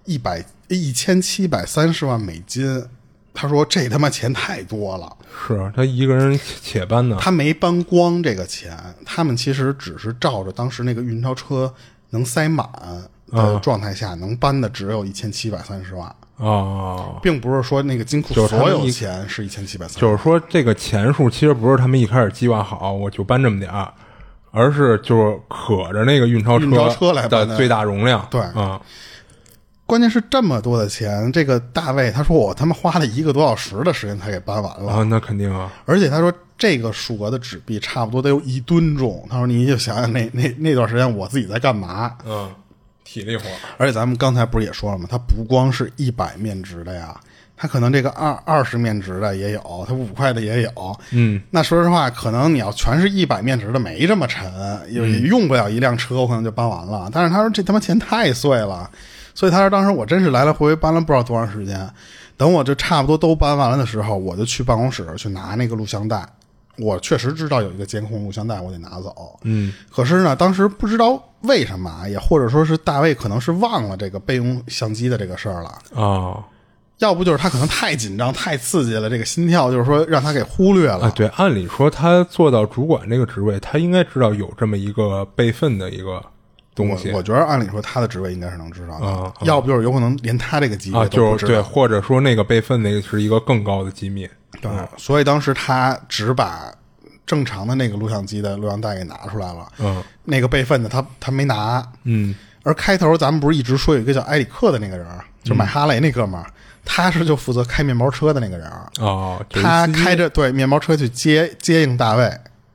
1730万美金，他说这他妈钱太多了。 是他一个人且搬的， 他没搬光这个钱，他们其实只是照着当时那个运钞车能塞满的状态下，能搬的只有1730万。并不是说那个金库所有钱是1730， 就是说这个钱数其实不是他们一开始计划好我就搬这么点儿，而是就是可着那个运钞车来的最大容量。 对关键是这么多的钱，这个大卫他说我他妈花了1个多小时的时间才给搬完了。 那肯定啊。 而且他说这个数额的纸币差不多得有1吨重，他说你就想想那段时间我自己在干嘛。 体力活。 而且咱们刚才不是也说了吗？它不光是100面值的呀，它可能这个20面值的也有，它5块的也有。那说实话，可能你要全是100面值的，没这么沉，也用不了一辆车，我可能就搬完了。但是他说这他妈钱太碎了，所以他说当时我真是来来回回搬了不知道多长时间。等我这差不多都搬完了的时候，我就去办公室去拿那个录像带。我确实知道有一个监控录像带，我得拿走。可是呢，当时不知道为什么，也或者说是大卫可能是忘了这个备用相机的这个事儿了。要不就是他可能太紧张、太刺激了，这个心跳就是说让他给忽略了。 对，按理说他做到主管这个职位，他应该知道有这么一个备份的一个东西。 我觉得按理说他的职位应该是能知道的。要不就是有可能连他这个级别都不知道。 就是对，或者说那个备份那个是一个更高的机密。 对，所以当时他只把正常的那个录像机的录像带给拿出来了。那个备份的他没拿。而开头咱们不是一直说有一个叫埃里克的那个人，就买哈雷那哥们儿，他是就负责开面包车的那个人。他开着对面包车去接应大卫。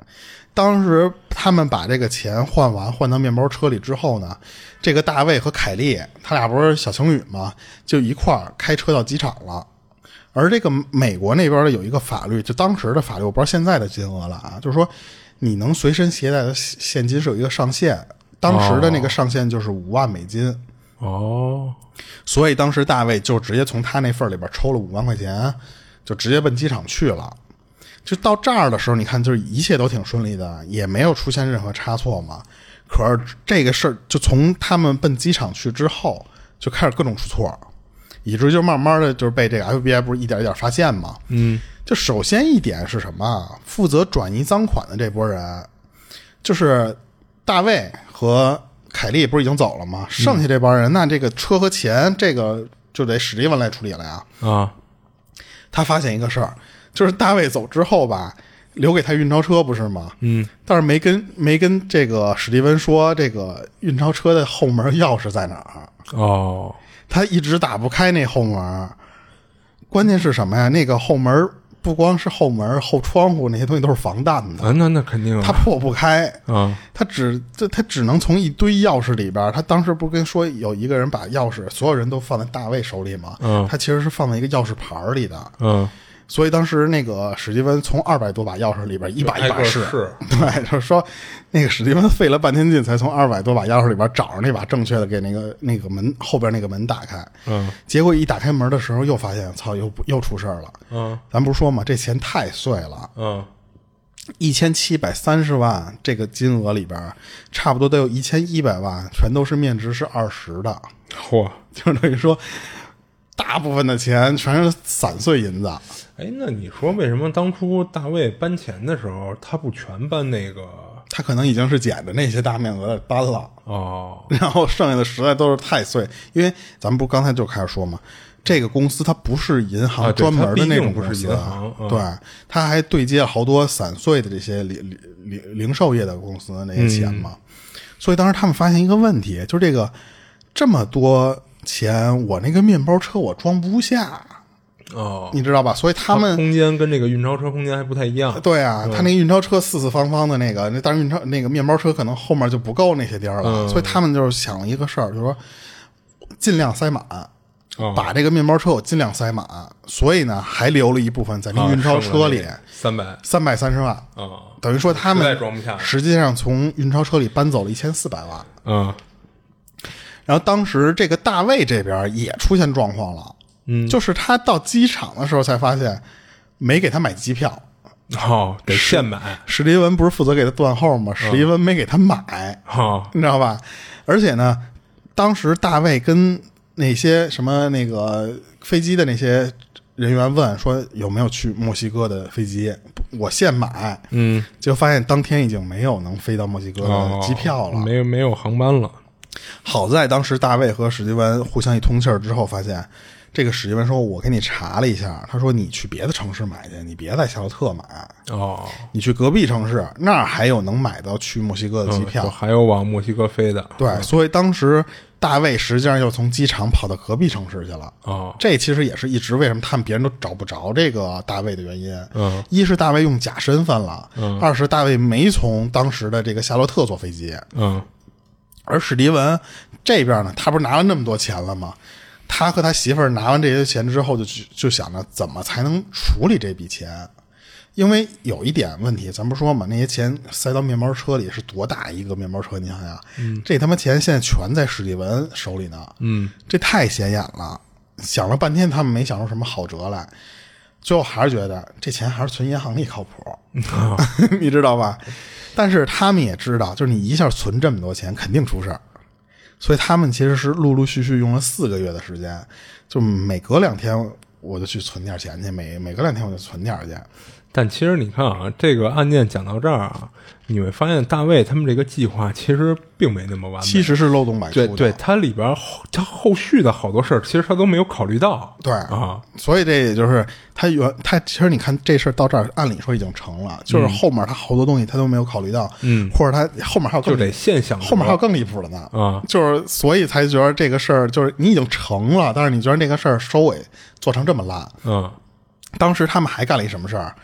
当时他们把这个钱换到面包车里之后呢，这个大卫和凯莉他俩不是小情侣吗？就一块儿开车到机场了。而这个美国那边的有一个法律，就当时的法律，我不知道现在的金额了啊，就是说你能随身携带的现金是有一个上限，当时的那个上限就是5万美金。 哦， 所以当时大卫就直接从他那份里边抽了5万块钱，就直接奔机场去了。就到这儿的时候，你看就是一切都挺顺利的，也没有出现任何差错嘛。可是这个事儿就从他们奔机场去之后就开始各种出错，以至于就慢慢的就是被这个 FBI 不是一点一点发现嘛。就首先一点是什么？负责转移赃款的这波人，就是大卫和凯莉不是已经走了吗？剩下这帮人，那这个车和钱这个就得史蒂文来处理了呀。他发现一个事儿，就是大卫走之后吧，留给他运钞车不是吗？但是没跟这个史蒂文说这个运钞车的后门钥匙在哪儿。他一直打不开那后门。关键是什么呀？那个后门不光是后门，后窗户那些东西都是防弹的。 那肯定他破不开。他只能从一堆钥匙里边，他当时不是跟说有一个人把钥匙所有人都放在大卫手里吗？他其实是放在一个钥匙盘里的。所以当时那个史蒂文从200多把钥匙里边一把一把试。对，就是说那个史蒂文费了半天劲才从200多把钥匙里边找着那把正确的给那个门后边那个门打开。结果一打开门的时候又发现操又出事了。咱不是说嘛，这钱太碎了。1730万这个金额里边差不多得有1100万全都是面值是20的。就等于说大部分的钱全是散碎银子。 那你说为什么当初大卫搬钱的时候他不全搬那个？ 他可能已经是捡的那些大面额的搬了。然后剩下的实在都是太碎。因为咱们不刚才就开始说嘛，这个公司它不是银行专门的那种公司。对，它还对接了好多散碎的这些零售业的公司的那些钱嘛。所以当时他们发现一个问题，就是这个这么多钱我那个面包车我装不下。你知道吧？所以他们空间跟这个运钞车空间还不太一样。 对啊，他那个运钞车四四方方的那个，但是那个面包车可能后面就不够那些地儿了。所以他们就是想了一个事儿，就是说尽量塞满。把这个面包车我尽量塞满。所以呢还留了一部分在那运钞车里。330万。等于说他们实际上从运钞车里搬走了1400万。然后当时这个大卫这边也出现状况了。就是他到机场的时候才发现没给他买机票。 得现买。 史蒂文不是负责给他断后吗？史蒂文没给他买。你知道吧？而且呢当时大卫跟那些什么那个飞机的那些人员问说有没有去墨西哥的飞机，我现买。就发现当天已经没有能飞到墨西哥的机票了。 没有航班了。 好在当时大卫和史蒂文互相一通气儿之后发现，这个史蒂文说我给你查了一下，他说你去别的城市买去，你别在夏洛特买。你去隔壁城市那儿还有能买到去墨西哥的机票。 还有往墨西哥飞的。 对，所以当时大卫实际上又从机场跑到隔壁城市去了。这其实也是一直为什么他们别人都找不着这个大卫的原因。一是大卫用假身份了。二是大卫没从当时的这个夏洛特坐飞机。而史蒂文这边呢，他不是拿了那么多钱了吗？他和他媳妇儿拿完这些钱之后就想着怎么才能处理这笔钱。因为有一点问题，咱不说嘛，那些钱塞到面包车里是多大一个面包车，你想想。这他妈钱现在全在史蒂文手里呢。这太显眼了。想了半天他们没想出什么好辙来，最后还是觉得这钱还是存银行里靠谱。你知道吧？但是他们也知道，就是你一下存这么多钱肯定出事儿。所以他们其实是陆陆续续用了4个月的时间，就每隔2天我就去存点钱去，每隔2天我就存点去。 但其实你看啊，这个案件讲到这儿啊，你会发现大卫他们这个计划其实并没那么完美， 其实是漏洞百出的。 对，它里边它后续的好多事儿，其实他都没有考虑到。 对所以这也就是他其实你看这事儿到这儿，按理说已经成了，就是后面他好多东西他都没有考虑到。或者他后面还有更就得现想， 后面还有更离谱的呢。就是所以才觉得这个事儿就是你已经成了，但是你觉得这个事儿收尾做成这么烂。当时他们还干了一什么事儿？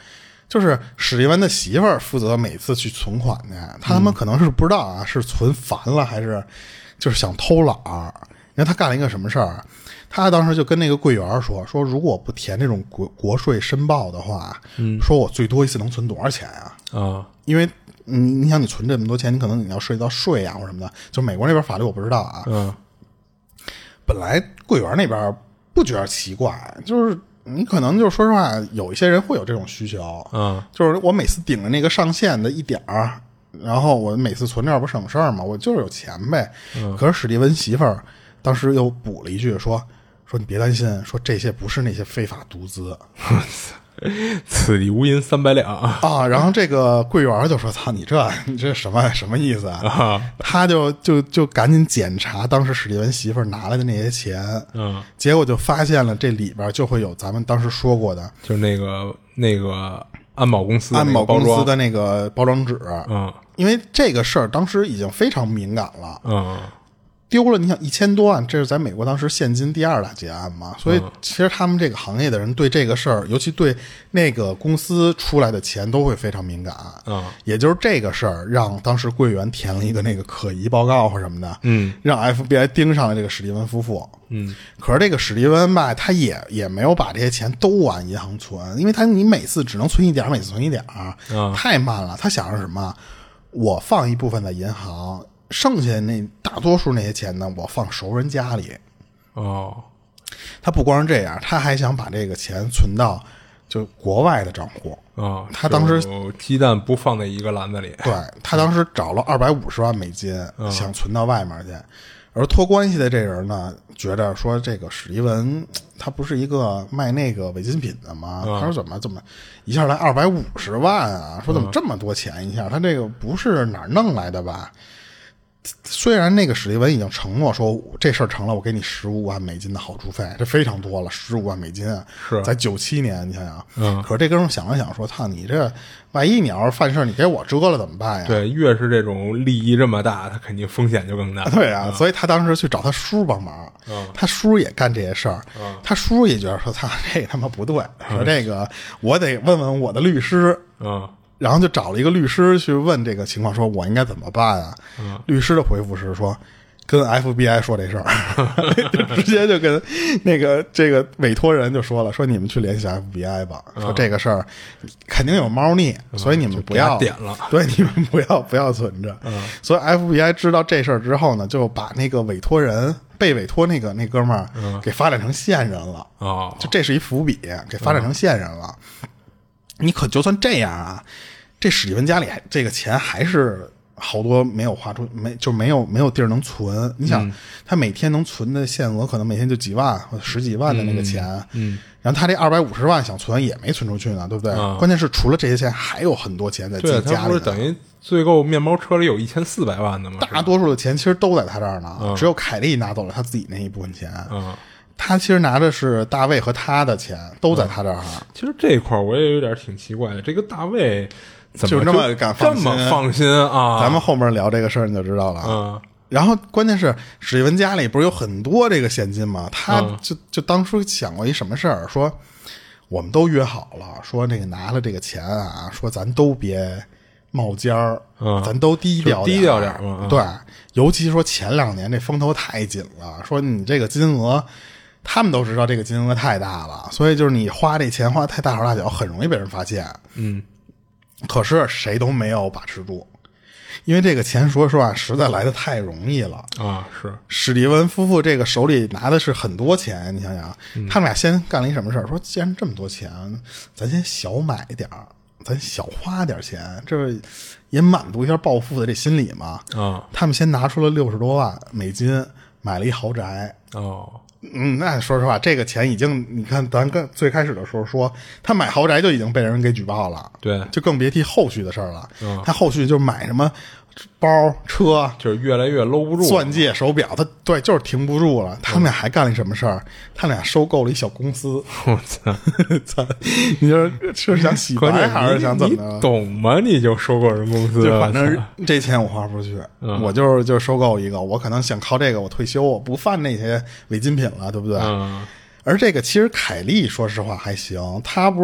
就是史蒂文的媳妇儿负责每次去存款的，他们可能是不知道啊，是存烦了还是就是想偷懒儿。你看他干了一个什么事儿？他当时就跟那个柜员说如果不填这种国税申报的话，说我最多一次能存多少钱啊？因为你想你存这么多钱，你可能你要涉及到税啊或什么的，就美国那边法律我不知道啊。本来柜员那边不觉得奇怪，就是你可能就是说实话，有一些人会有这种需求，就是我每次顶着那个上限的一点儿，然后我每次存这不省事儿吗？我就是有钱呗。可是史蒂文媳妇儿当时又补了一句说你别担心，说这些不是那些非法毒资。 此地无银300两啊！然后这个柜员就说：“操，你这什么意思啊？”他就赶紧检查当时史蒂文媳妇儿拿来的那些钱，结果就发现了这里边就会有咱们当时说过的， 就是那个安保公司的那个包装纸，因为这个事儿当时已经非常敏感了，丢了，你想1000多万，这是在美国当时现金第2大劫案嘛，所以其实他们这个行业的人对这个事儿，尤其对那个公司出来的钱都会非常敏感。也就是这个事儿让当时柜员填了一个那个可疑报告或什么的，让 FBI 盯上了这个史蒂文夫妇。可是这个史蒂文吧，他也没有把这些钱都往银行存，因为你每次只能存一点，每次存一点，太慢了。他想着什么？我放一部分在银行。剩下那大多数那些钱呢，我放熟人家里。他不光是这样，他还想把这个钱存到就国外的账户。他当时鸡蛋不放在一个篮子里。 对，他当时找了250万美金，想存到外面去。而托关系的这人呢，觉得说这个史蒂文他不是一个卖那个违禁品的吗？他说怎么一下来250万啊？说怎么这么多钱一下？他这个不是哪儿弄来的吧？虽然那个史蒂文已经承诺说这事儿成了，我给你15万美金的好处费，这非常多了，15万美金是在97年，你想想，可是这哥们想了想说，操，你这万一你要是犯事你给我遮了怎么办呀？ 对，越是这种利益这么大，他肯定风险就更大。 对啊，所以他当时去找他叔帮忙，他叔也干这些事儿，他叔也觉得说，操，这他妈不对，说这个我得问问我的律师，然后就找了一个律师去问这个情况，说我应该怎么办啊？律师的回复是说，跟 FBI 说这事儿，直接就跟这个委托人就说了，说你们去联系 FBI 吧，说这个事儿肯定有猫腻，所以你们不要点了， 对，你们不要存着。所以 FBI 知道这事儿之后呢，就把那个委托人被委托那哥们儿给发展成线人了。就这是一伏笔，给发展成线人了。你可就算这样啊，这史蒂文家里这个钱还是好多没有花出，没有地儿能存。你想，他每天能存的限额可能每天就几万或者10几万的那个钱，然后他这250万想存也没存出去呢，对不对？关键是除了这些钱，还有很多钱在自己家里。 他不是等于最后面包车里有1400万的吗？ 大多数的钱其实都在他这儿呢，只有凯莉拿走了他自己那一部分钱。他其实拿的是大卫和他的钱，都在他这儿。 其实这一块我也有点挺奇怪的，这个大卫怎么就这么敢这么放心啊？ 咱们后面聊这个事儿你就知道了。然后关键是史蒂文家里不是有很多这个现金吗？他就当初想过一什么事儿，说我们都约好了，说那个拿了这个钱啊，说咱都别冒尖儿，咱都低调点嘛。 对，尤其说前2年这风头太紧了，说你这个金额。他们都知道这个金额太大了，所以就是你花这钱花得太大手大脚，很容易被人发现。可是谁都没有把持住，因为这个钱说实话实在来得太容易了啊！是史蒂文夫妇这个手里拿的是很多钱，你想想，他们俩先干了一什么事儿？说既然这么多钱，咱先小买点儿，咱小花点钱，这也满足一下暴富的这心理嘛。他们先拿出了60多万美金买了一豪宅。那说实话，这个钱已经，你看咱跟最开始的时候说，他买豪宅就已经被人给举报了， 对， 就更别提后续的事儿了。他后续就买什么包、车， 就是越来越搂不住， 钻戒、手表，他对，就是停不住了。他们俩还干了什么事儿？他俩收购了一小公司。 我操！ 你说是想洗白还是想怎么的？ 你懂吗？你就收购人公司， 就反正这钱我花不出去，我就收购一个，我可能想靠这个我退休，我不犯那些违禁品了，对不对？而这个其实凯莉说实话还行，她不是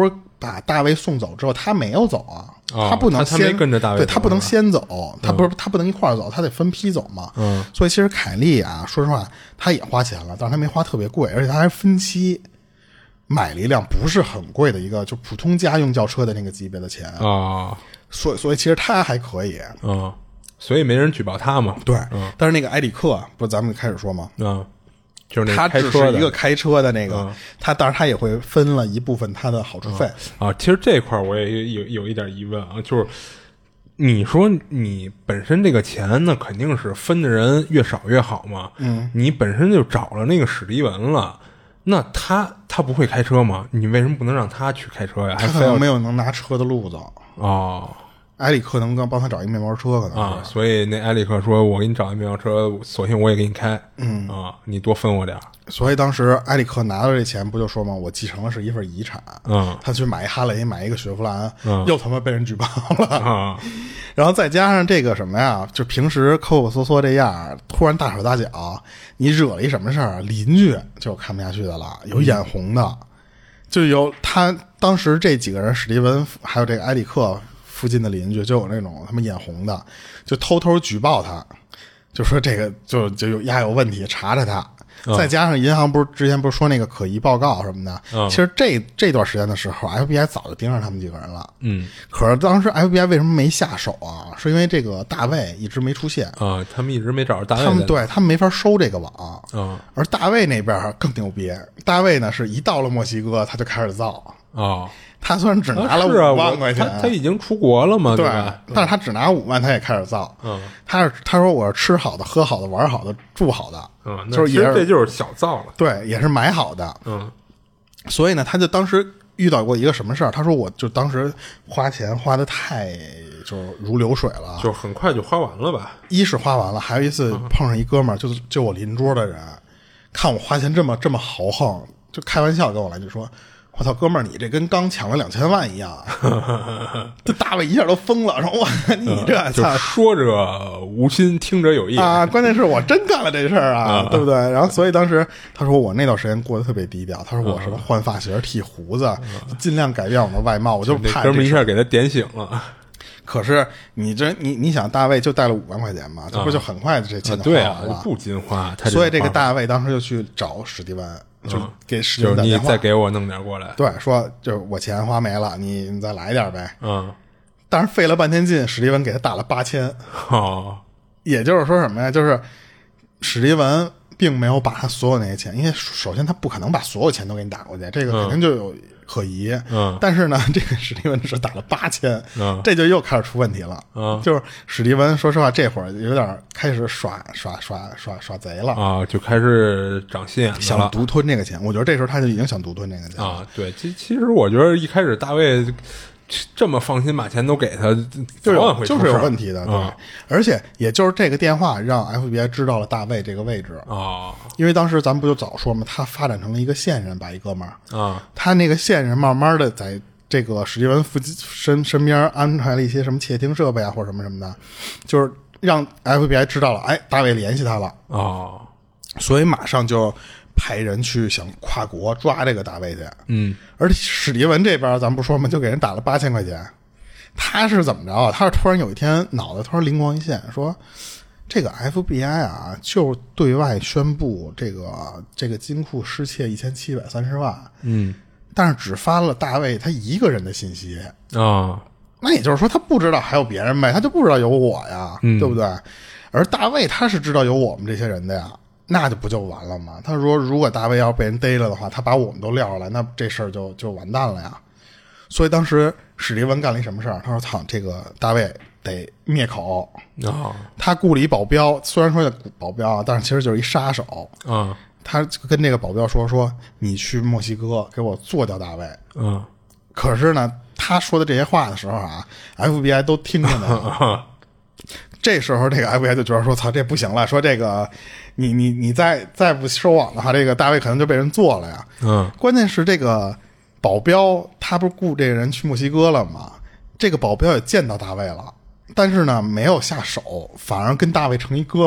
把大卫送走之后，他没有走啊，他不能先他没跟着大卫走， 对，他不能先走，他不能一块儿走，他得分批走嘛。所以其实凯利啊，说实话，他也花钱了，但是他没花特别贵，而且他还分期买了一辆不是很贵的一个就普通家用轿车的那个级别的钱啊。 所以其实他还可以。 所以没人举报他嘛。 对，但是那个埃里克不咱们开始说吗？ 就是那他只是一个开车的那个，当然他也会分了一部分他的好处费其实这块我也有一点疑问啊，就是你说你本身这个钱呢，肯定是分的人越少越好嘛。你本身就找了那个史蒂文了，那他不会开车吗？你为什么不能让他去开车呀？ 他可能没有能拿车的路子埃里克能帮他找一面包车，可能所以那埃里克说：“我给你找一面包车，索性我也给你开，你多分我点。” 所以当时埃里克拿到这钱，不就说嘛，我继承的是一份遗产。他去买一哈雷，买一个雪佛兰，又他妈被人举报了。然后再加上这个什么呀，就平时抠抠缩缩这样，突然大手大脚，你惹了一什么事儿，邻居就看不下去的了，有眼红的，就有他当时这几个人，史蒂文还有这个埃里克。附近的邻居就有那种他们眼红的，就偷偷举报他，就说这个就有问题，查查他。再加上银行之前不是说那个可疑报告什么的，其实这段时间的时候 FBI 早就盯上他们几个人了。可是当时 FBI 为什么没下手啊？是因为这个大卫一直没出现他们一直没找着大卫， 他们没法收这个网而大卫那边更牛逼，大卫呢是一到了墨西哥他就开始造他虽然只拿了5万块钱， 他已经出国了嘛， 对吧？ 但是他只拿5万，他也开始造。他说我是吃好的、喝好的、玩好的、住好的， 就是也是这就是小造了， 对，也是买好的。所以呢，他就当时遇到过一个什么事儿？他说我就当时花钱花的太就是如流水了， 就很快就花完了吧。 一是花完了，还有一次碰上一哥们儿，就我邻桌的人，看我花钱这么豪横，就开玩笑跟我来就说。我操，哥们儿，你这跟刚抢了2000万一样！这大卫一下都疯了，说：“哇，你这就说者无心，听者有意啊！关键是我真干了这事儿啊，对不对？”然后，所以当时他说我那段时间过得特别低调。他说我什么换发型、剃胡子，尽量改变我的外貌，我就怕哥们儿一下给他点醒了。 可是你想，大卫就带了5万块钱嘛，这不就很快这钱就花完了？ 不禁花。 所以这个大卫当时就去找史蒂文。就给史蒂文打电话， 你再给我弄点过来。 对，说就是我钱花没了，你再来点呗。但是费了半天劲，史蒂文给他打了8000。也就是说什么呀？就是史蒂文并没有把他所有那些钱，因为首先他不可能把所有钱都给你打过去，这个肯定就有可疑。但是呢，这个史蒂文只打了8000，这就又开始出问题了。就是史蒂文说实话，这会儿有点开始耍贼了就开始长心眼了， 想独吞这个钱。我觉得这时候他就已经想独吞这个钱了对，其实我觉得一开始大卫这么放心把钱都给他， 就是有问题的。对，而且也就是这个电话让 FBI 知道了大卫这个位置因为当时咱们不就早说嘛，他发展成了一个线人，把一哥们儿他那个线人慢慢的在这个史蒂文身边安排了一些什么窃听设备啊，或者什么的，就是让 FBI 知道了，哎，大卫联系他了所以马上就派人去想跨国抓这个大卫去。而史蒂文这边咱不说嘛，就给人打了8000块钱。他是怎么着啊？他是突然有一天脑袋突然灵光一现，说这个 FBI 啊，就对外宣布这个金库失窃1730万。但是只发了大卫他一个人的信息那也就是说他不知道还有别人呗，他就不知道有我呀，对不对？而大卫他是知道有我们这些人的呀。那就不就完了吗？他说如果大卫要被人逮了的话，他把我们都撂下来，那这事儿就完蛋了呀。所以当时史蒂文干了一什么事儿？他说操，这个大卫得灭口他雇了一保镖，虽然说叫保镖但是其实就是一杀手他跟这个保镖说你去墨西哥给我做掉大卫可是呢他说的这些话的时候FBI 都听着呢这时候这个 FBI 就觉得说操，这不行了，说这个你再不收网的话，这个大卫可能就被人做了呀。关键是这个保镖他不是雇这个人去墨西哥了吗？这个保镖也见到大卫了，但是呢没有下手，反而跟大卫成一哥们儿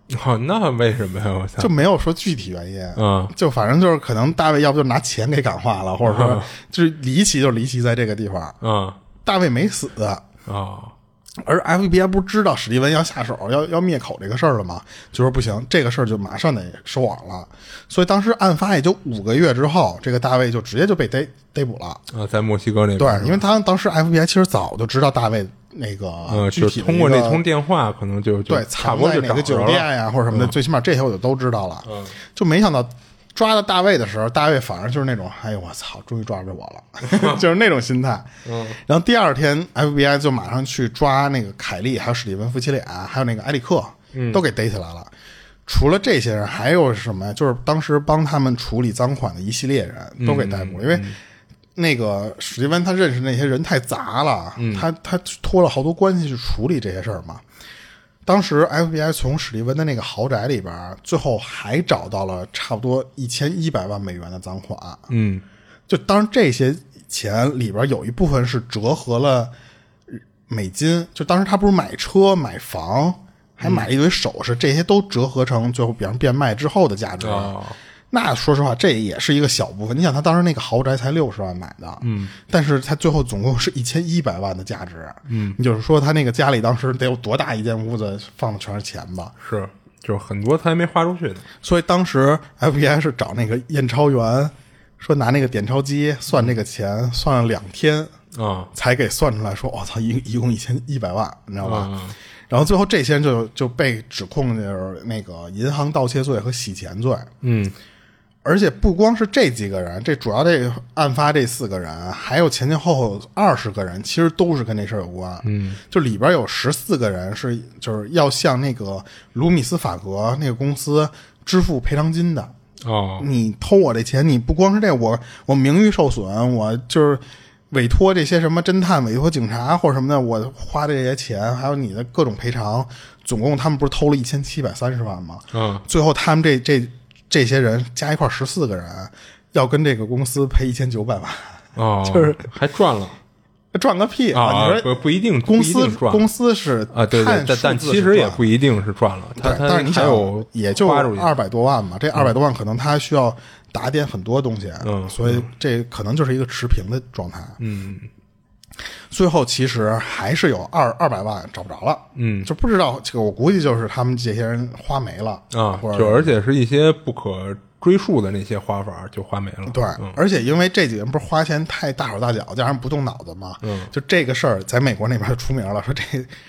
那为什么呀？ 就没有说具体原因，就反正就是可能大卫要不就拿钱给感化了，或者说就是离奇就离奇在这个地方，大卫没死而 FBI 不是知道史蒂文要下手要灭口这个事儿了吗？就说不行，这个事儿就马上得收网了。所以当时案发也就5个月之后，这个大卫就直接就被逮捕了在墨西哥那边。 对，因为当时 FBI 其实早就知道大卫那个具体就通过那通电话可能就对差不多就哪个酒店呀或者什么的，最起码这些我就都知道了。就没想到抓到大卫的时候，大卫反而就是那种哎呦我操，终于抓着我了就是那种心态。然后第二天 FBI 就马上去抓那个凯利还有史蒂文夫妻俩还有那个埃里克都给逮起来了。除了这些人还有什么，就是当时帮他们处理赃款的一系列人都给逮捕了。因为那个史蒂文他认识那些人太杂了，他托了好多关系去处理这些事儿嘛。当时 FBI 从史蒂文的那个豪宅里边最后还找到了差不多1100万美元的赃款。就当然这些钱里边有一部分是折合了美金，就当时他不是买车买房还买了一堆首饰，这些都折合成最后比方变卖之后的价值。那说实话这也是一个小部分，你想他当时那个豪宅才60万买的，但是他最后总共是1100万的价值，你就是说他那个家里当时得有多大一间屋子放的全是钱吧？ 是，就是很多他还没花出去呢。 所以当时 FBI 是找那个验钞员，说拿那个点钞机算这个钱，算了2天才给算出来，说我操，一共1100万，你知道吧？然后最后这些人就被指控就是那个银行盗窃罪和洗钱罪。而且不光是这几个人，这主要这案发这4个人，还有前前后后20个人，其实都是跟这事儿有关。就里边有14个人就是要向那个卢米斯法格那个公司支付赔偿金的。你偷我这钱，你不光是这，我名誉受损，我就是委托这些什么侦探、委托警察或者什么的，我花这些钱，还有你的各种赔偿，总共他们不是偷了1730万吗？最后他们这些人加一块14个人要跟这个公司赔1900万。就是还赚了。 赚个屁啊！ 你说不一定， 公司是对，但其实也不一定是赚了。 但是你想，也就200多万嘛，这200多万可能他需要打点很多东西，所以这可能就是一个持平的状态。最后其实还是有200万找不着了，就不知道这个，我估计就是他们这些人花没了就而且是一些不可追溯的那些花法就花没了。 对，而且因为这几个人不是花钱太大手大脚，加上不动脑子嘛，就这个事儿在美国那边就出名了，说这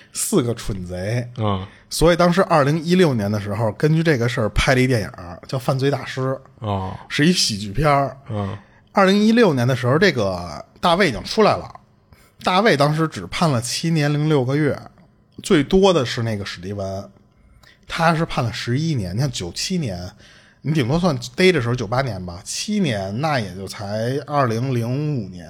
4个蠢贼。所以当时2016年的时候，根据这个事儿拍了一电影叫《犯罪大师》，是一喜剧片。2016年的时候，这个大卫已经出来了。大卫当时只判了7年零6个月，最多的是那个史蒂文，他是判了11年。你看97年，你顶多算逮的时候98年吧，7年那也就才2005年，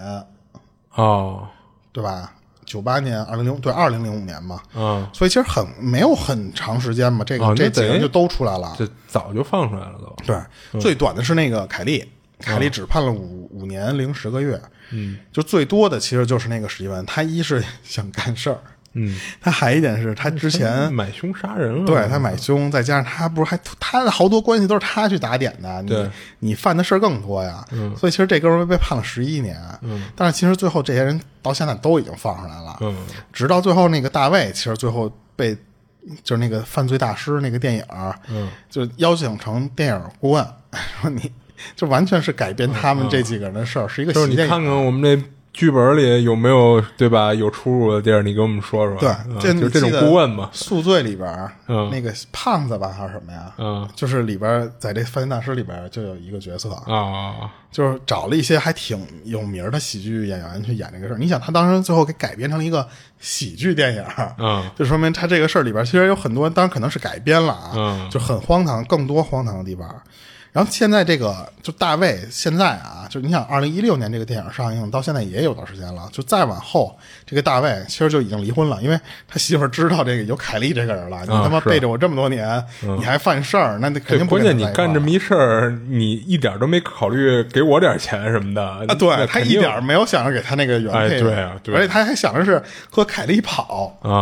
对吧？98年2005年嘛，所以其实没有很长时间嘛，这几个人就都出来了， 这早就放出来了都。 对，最短的是那个凯利只判了5年零10个月。就最多的其实就是那个史蒂文，他一是想干事儿，他还一点是他之前买凶杀人了， 对，他买凶，再加上他不是他的好多关系都是他去打点的，你犯的事儿更多呀，所以其实这哥们儿被判了11年，但是其实最后这些人到现在都已经放出来了，直到最后那个大卫，其实最后被就是那个犯罪大师那个电影，就邀请成电影顾问，说你。就完全是改编他们这几个人的事儿，是一个喜剧电影。 就是你看看我们这剧本里有没有对吧有出入的地儿，你给我们说说。 对， 就这种顾问嘛。 宿醉里边那个胖子吧还是什么呀？就是里边在这犯罪大师里边就有一个角色就是找了一些还挺有名的喜剧演员去演这个事儿。你想他当时最后给改编成了一个喜剧电影，就说明他这个事儿里边其实有很多，当然可能是改编了就很荒唐，更多荒唐的地方。然后现在这个就大卫现在就你想2016年这个电影上映到现在也有段时间了，就再往后这个大卫其实就已经离婚了，因为他媳妇儿知道这个有凯利这个人了，你他妈背着我这么多年，你还犯事儿，那肯定不关键你干这么一事儿，你一点都没考虑给我点钱什么的对，他一点没有想着给他那个原配， 对啊， 而且他还想着是和凯利跑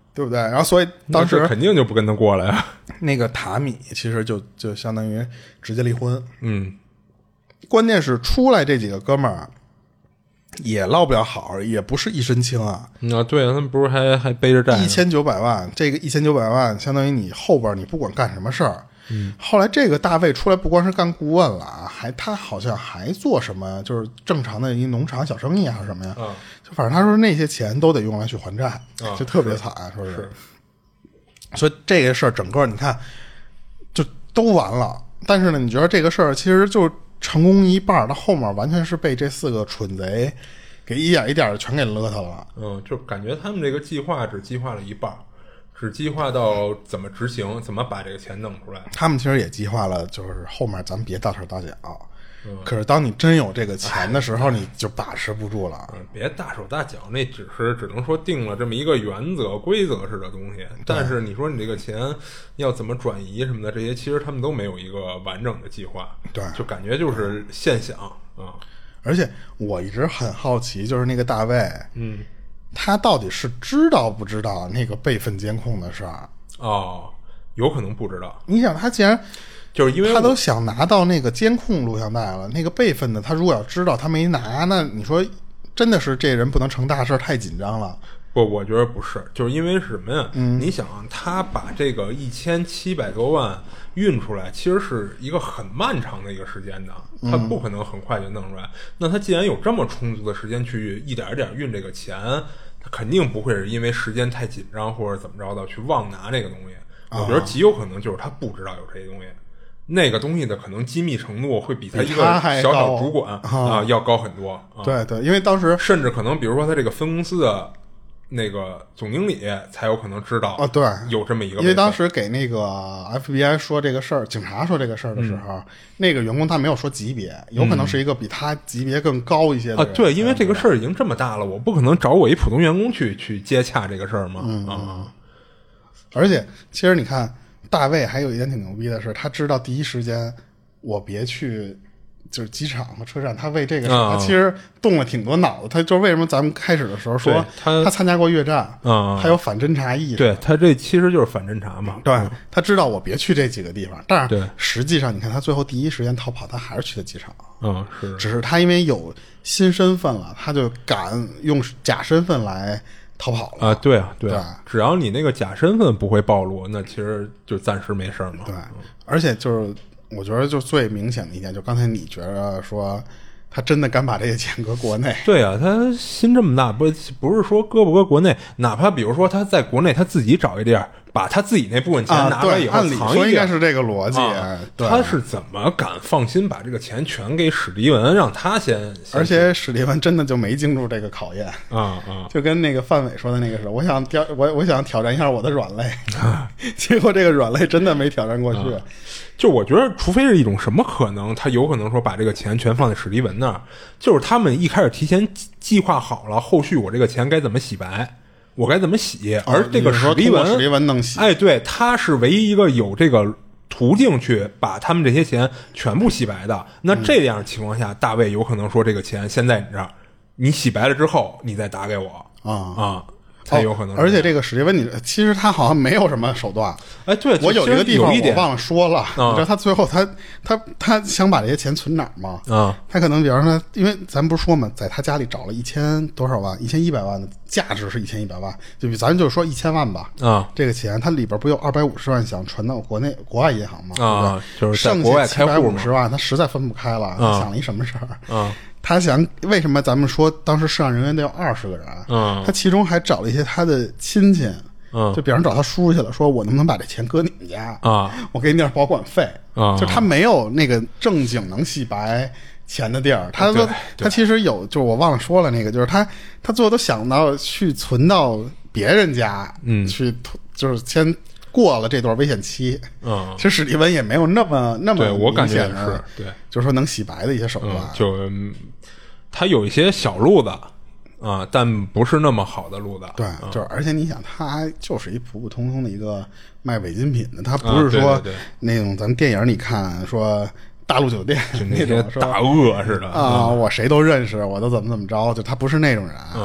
对不对？然后所以当时肯定就不跟他过来呀。 那个塔米其实就相当于直接离婚。 关键是出来这几个哥们儿也落不了好，也不是一身轻啊。 对啊，他们不是还背着债 ，1900万，这个1900万相当于你后边你不管干什么事儿。后来这个大卫出来不光是干顾问了啊，他好像还做什么，就是正常的一农场小生意还是什么呀？就反正他说那些钱都得用来去还债，就特别惨，说是。所以这个事儿整个你看就都完了。但是呢，你觉得这个事儿其实就成功一半，到后面完全是被这4个蠢贼给一点一点全给勒他了。 就感觉他们这个计划只计划了一半。只计划到怎么执行，怎么把这个钱弄出来。 他们其实也计划了，就是后面咱们别大手大脚。可是当你真有这个钱的时候，你就把持不住了。 别大手大脚，那只能说定了这么一个原则、规则式的东西。但是你说你这个钱要怎么转移什么的，这些其实他们都没有一个完整的计划。 对， 就感觉就是现想啊。 而且我一直很好奇，就是那个大卫，他到底是知道不知道那个备份监控的事儿？ 有可能不知道。 你想，他既然就是因为他都想拿到那个监控录像带了，那个备份的，他如果要知道他没拿，那你说真的是这人不能成大事，太紧张了。 不，我觉得不是，就是因为什么呀？你想他把这个1700多万运出来，其实是一个很漫长的一个时间的，他不可能很快就弄出来。那他既然有这么充足的时间去一点一点运这个钱，他肯定不会是因为时间太紧张或者怎么着的去忘拿这个东西。我觉得极有可能就是他不知道有这些东西，那个东西的可能机密程度会比他一个小小主管要高很多。 对对，因为当时甚至可能比如说他这个分公司的那个总经理才有可能知道对， 有这么一个。 因为当时给那个 FBI 说这个事儿，警察说这个事儿的时候，那个员工他没有说级别，有可能是一个比他级别更高一些的人。 对，因为这个事儿已经这么大了，我不可能找我一普通员工去接洽这个事儿嘛。 而且其实你看大卫还有一点挺牛逼的是，他知道第一时间我别去就是机场和车站，他为这个事他其实动了挺多脑子。他就是为什么咱们开始的时候说他参加过越战，他有反侦察意识。 对，他这其实就是反侦察嘛。 对，他知道我别去这几个地方，但是实际上你看他最后第一时间逃跑，他还是去的机场。 是， 只是他因为有新身份了，他就敢用假身份来逃跑了。 对啊，只要你那个假身份不会暴露，那其实就暂时没事嘛。 对，而且就是我觉得就最明显的一点，就刚才你觉得说他真的敢把这些钱搁国内。 对啊，他心这么大，不是说搁不搁国内，哪怕比如说他在国内他自己找一地儿，把他自己那部分钱拿来以后藏一地儿， 按理说应该是这个逻辑。 他是怎么敢放心把这个钱全给史迪文，让他先而且史蒂文真的就没经住这个考验。就跟那个范伟说的那个时候，我想挑战一下我的软肋，结果这个软肋真的没挑战过去。 就我觉得除非是一种什么可能，他有可能说把这个钱全放在史迪文那儿，就是他们一开始提前计划好了后续我这个钱该怎么洗白，我该怎么洗。而这个史迪文能洗， 对，他是唯一一个有这个途径去把他们这些钱全部洗白的。那这样情况下，大卫有可能说这个钱先在你这儿，你洗白了之后你再打给我才有可能。 而且这个史蒂文，其实他好像没有什么手段。 对， 我有一个地方我忘了说了，你知道他最后他想把这些钱存哪儿吗？他可能比方说，因为咱不是说嘛，在他家里找了1000多少万，1100万的价值是1100万，就咱就说1000万吧。这个钱他里边不有250万想传到国外银行吗？ 就是在国外开户 ，750万他实在分不开了，他想了一什么事儿？他想为什么咱们说当时涉案人员得有20个人？他其中还找了一些他的亲戚，就比方找他叔去了，说我能不能把这钱搁你们家我给你点保管费就他没有那个正经能洗白钱的地儿。他说他其实有，就是我忘了说了那个，就是他最后都想到去存到别人家，去就是先过了这段危险期。其实史蒂文也没有那么对，我感觉是对， 就是说能洗白的一些手段。 就他有一些小路子但不是那么好的路子。 对，就是而且你想，他就是一普普通通的一个卖违禁品的，他不是说那种咱们电影里看说大陆酒店就那些大鳄似的我谁都认识，我都怎么着，就他不是那种人。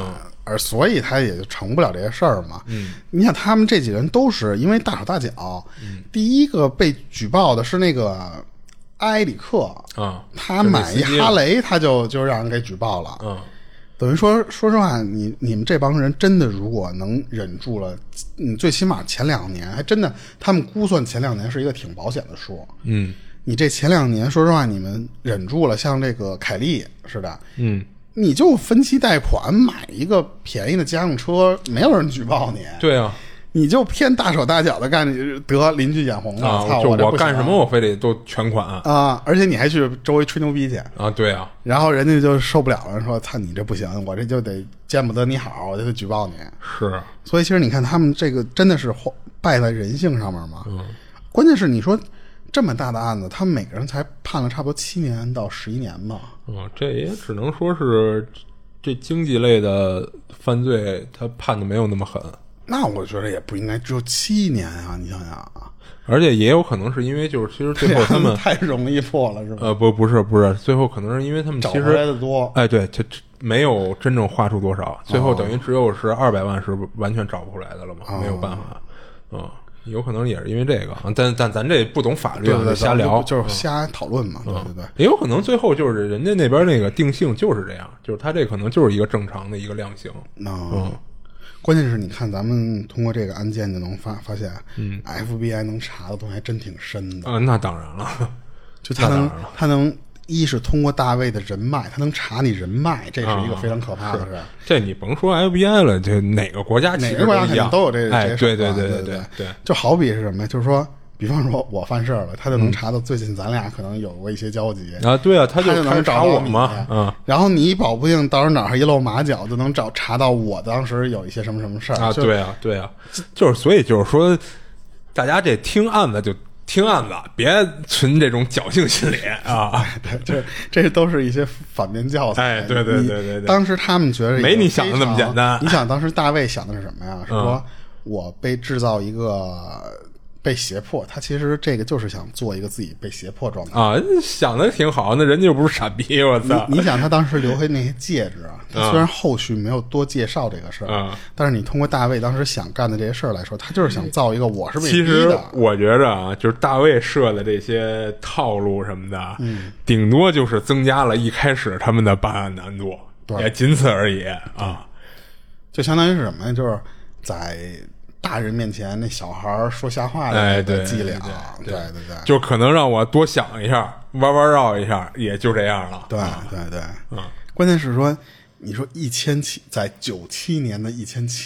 所以他也就成不了这些事儿嘛。你想他们这几人都是因为大手大脚。第一个被举报的是那个埃里克他买一哈雷，他就让人给举报了。等于说实话，你们这帮人真的如果能忍住了，最起码前2年还真的，他们估算前2年是一个挺保险的数。你这前2年说实话你们忍住了，像这个凯利似的，你就分期贷款买一个便宜的家用车，没有人举报你。 对啊， 你就偏大手大脚的干，得邻居眼红了，操！ 我干什么我非得都全款啊！而且你还去周围吹牛逼去啊！对啊， 然后人家就受不了了，说：“操，你这不行，我这就得见不得你好，我就得举报你。” 是， 所以其实你看他们这个真的是败在人性上面嘛。关键是你说这么大的案子，他们每个人才判了差不多7年到11年吧。 这也只能说是这经济类的犯罪，他判的没有那么狠。 那我觉得也不应该只有7年啊！你想想啊， 而且也有可能是因为就是其实最后他们太容易破了，是吧？ 不是，最后可能是因为他们其实找回来的多。 对，这没有真正花出多少，最后等于只有是200万是完全找不回来的了嘛，没有办法。有可能也是因为这个，但咱这不懂法律啊，瞎聊， 就是瞎讨论嘛。对， 也有可能最后就是人家那边那个定性就是这样，就是他这可能就是一个正常的一个量刑。 关键是你看咱们通过这个案件就能发现，FBI 能查的东西还真挺深的。 那当然了， 就他能一是通过大卫的人脉，他能查你人脉，这是一个非常可怕的事。 这你甭说 FBI 了，这哪个国家哪个国家肯定都有这些事。 对， 就好比是什么呀？就是说，比方说我犯事了，他就能查到最近咱俩可能有过一些交集啊。对啊，他就能找我嘛。 然后你保不定到时候哪儿一露马脚，就能查到我当时有一些什么事儿啊。对啊，就是所以就是说，大家这听案子就听案子，别存这种侥幸心理啊！ 对，这都是一些反面教材。 对。 当时他们觉得没你想的那么简单。 你想当时大卫想的是什么呀？是说我被制造一个被胁迫，他其实这个就是想做一个自己被胁迫状态啊，想的挺好，那人家又不是傻逼，我操！ 你想他当时留下那些戒指啊，他虽然后续没有多介绍这个事儿，但是你通过大卫当时想干的这些事儿来说，他就是想造一个我是被逼的。 其实我觉着啊，就是大卫设的这些套路什么的，顶多就是增加了一开始他们的办案难度，也仅此而已啊。 就相当于是什么呀？就是在大人面前那小孩说瞎话的伎俩，对， 就可能让我多想一下，弯弯绕一下，也就这样了。 对，关键是说，你说在97年的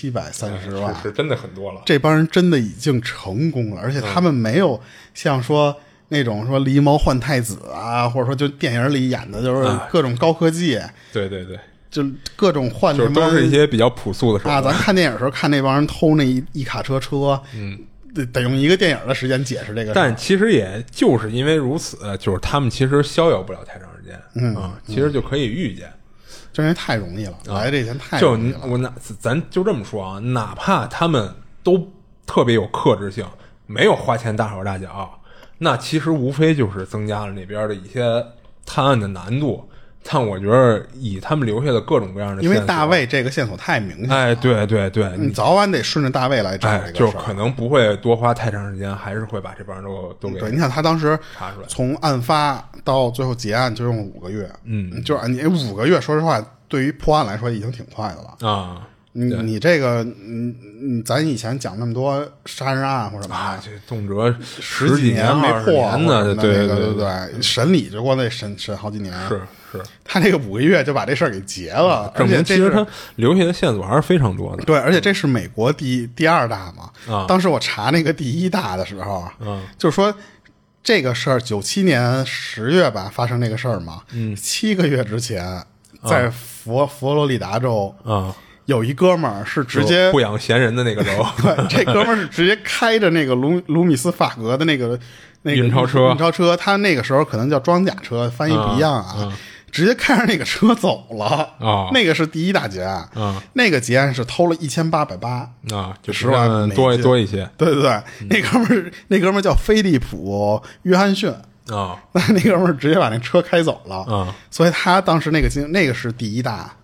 1730万， 是真的很多了。 这帮人真的已经成功了，而且他们没有像说那种说狸猫换太子啊，或者说就电影里演的，就是各种高科技。 对。 就各种换什么， 都是一些比较朴素的事啊。咱看电影的时候，看那帮人偷那一卡车，得用一个电影的时间解释这个。 但其实也就是因为如此，就是他们其实逍遥不了太长时间，其实就可以预见， 这人太容易了，来这钱太容易了。 咱就这么说啊，哪怕他们都特别有克制性，没有花钱大手大脚，那其实无非就是增加了那边的一些探案的难度。但我觉得以他们留下的各种各样的线索， 因为大卫这个线索太明显了， 对， 你早晚得顺着大卫来找这个事儿， 就可能不会多花太长时间，还是会把这帮人都给。 对，你看他当时查出来， 从案发到最后结案就用了5个月，就是你5个月，说实话，对于破案来说已经挺快的了啊。你这个，咱以前讲那么多杀人案或者什么啊，这动辄 10几年没破呢， 对，审理就光得审好几年， 是。 他这个5个月就把这事儿给结了， 证明其实他留下的线索还是非常多的。 对，而且这是美国第2大嘛。当时我查那个第1大的时候，就是说这个事儿97年10月吧发生这个事儿嘛，7个月之前在佛罗里达州有一哥们儿是直接不养闲人的那个州， 对，这哥们儿是直接开着那个卢米斯法格的那个运钞车，他那个时候可能叫装甲车，翻译不一样啊。直接开着那个车走了那个是第1大劫案那个劫案是偷了1880 啊，就 10万多一些。 对，那哥们儿叫菲利普约翰逊那哥们儿直接把那车开走了所以他当时那个是第1大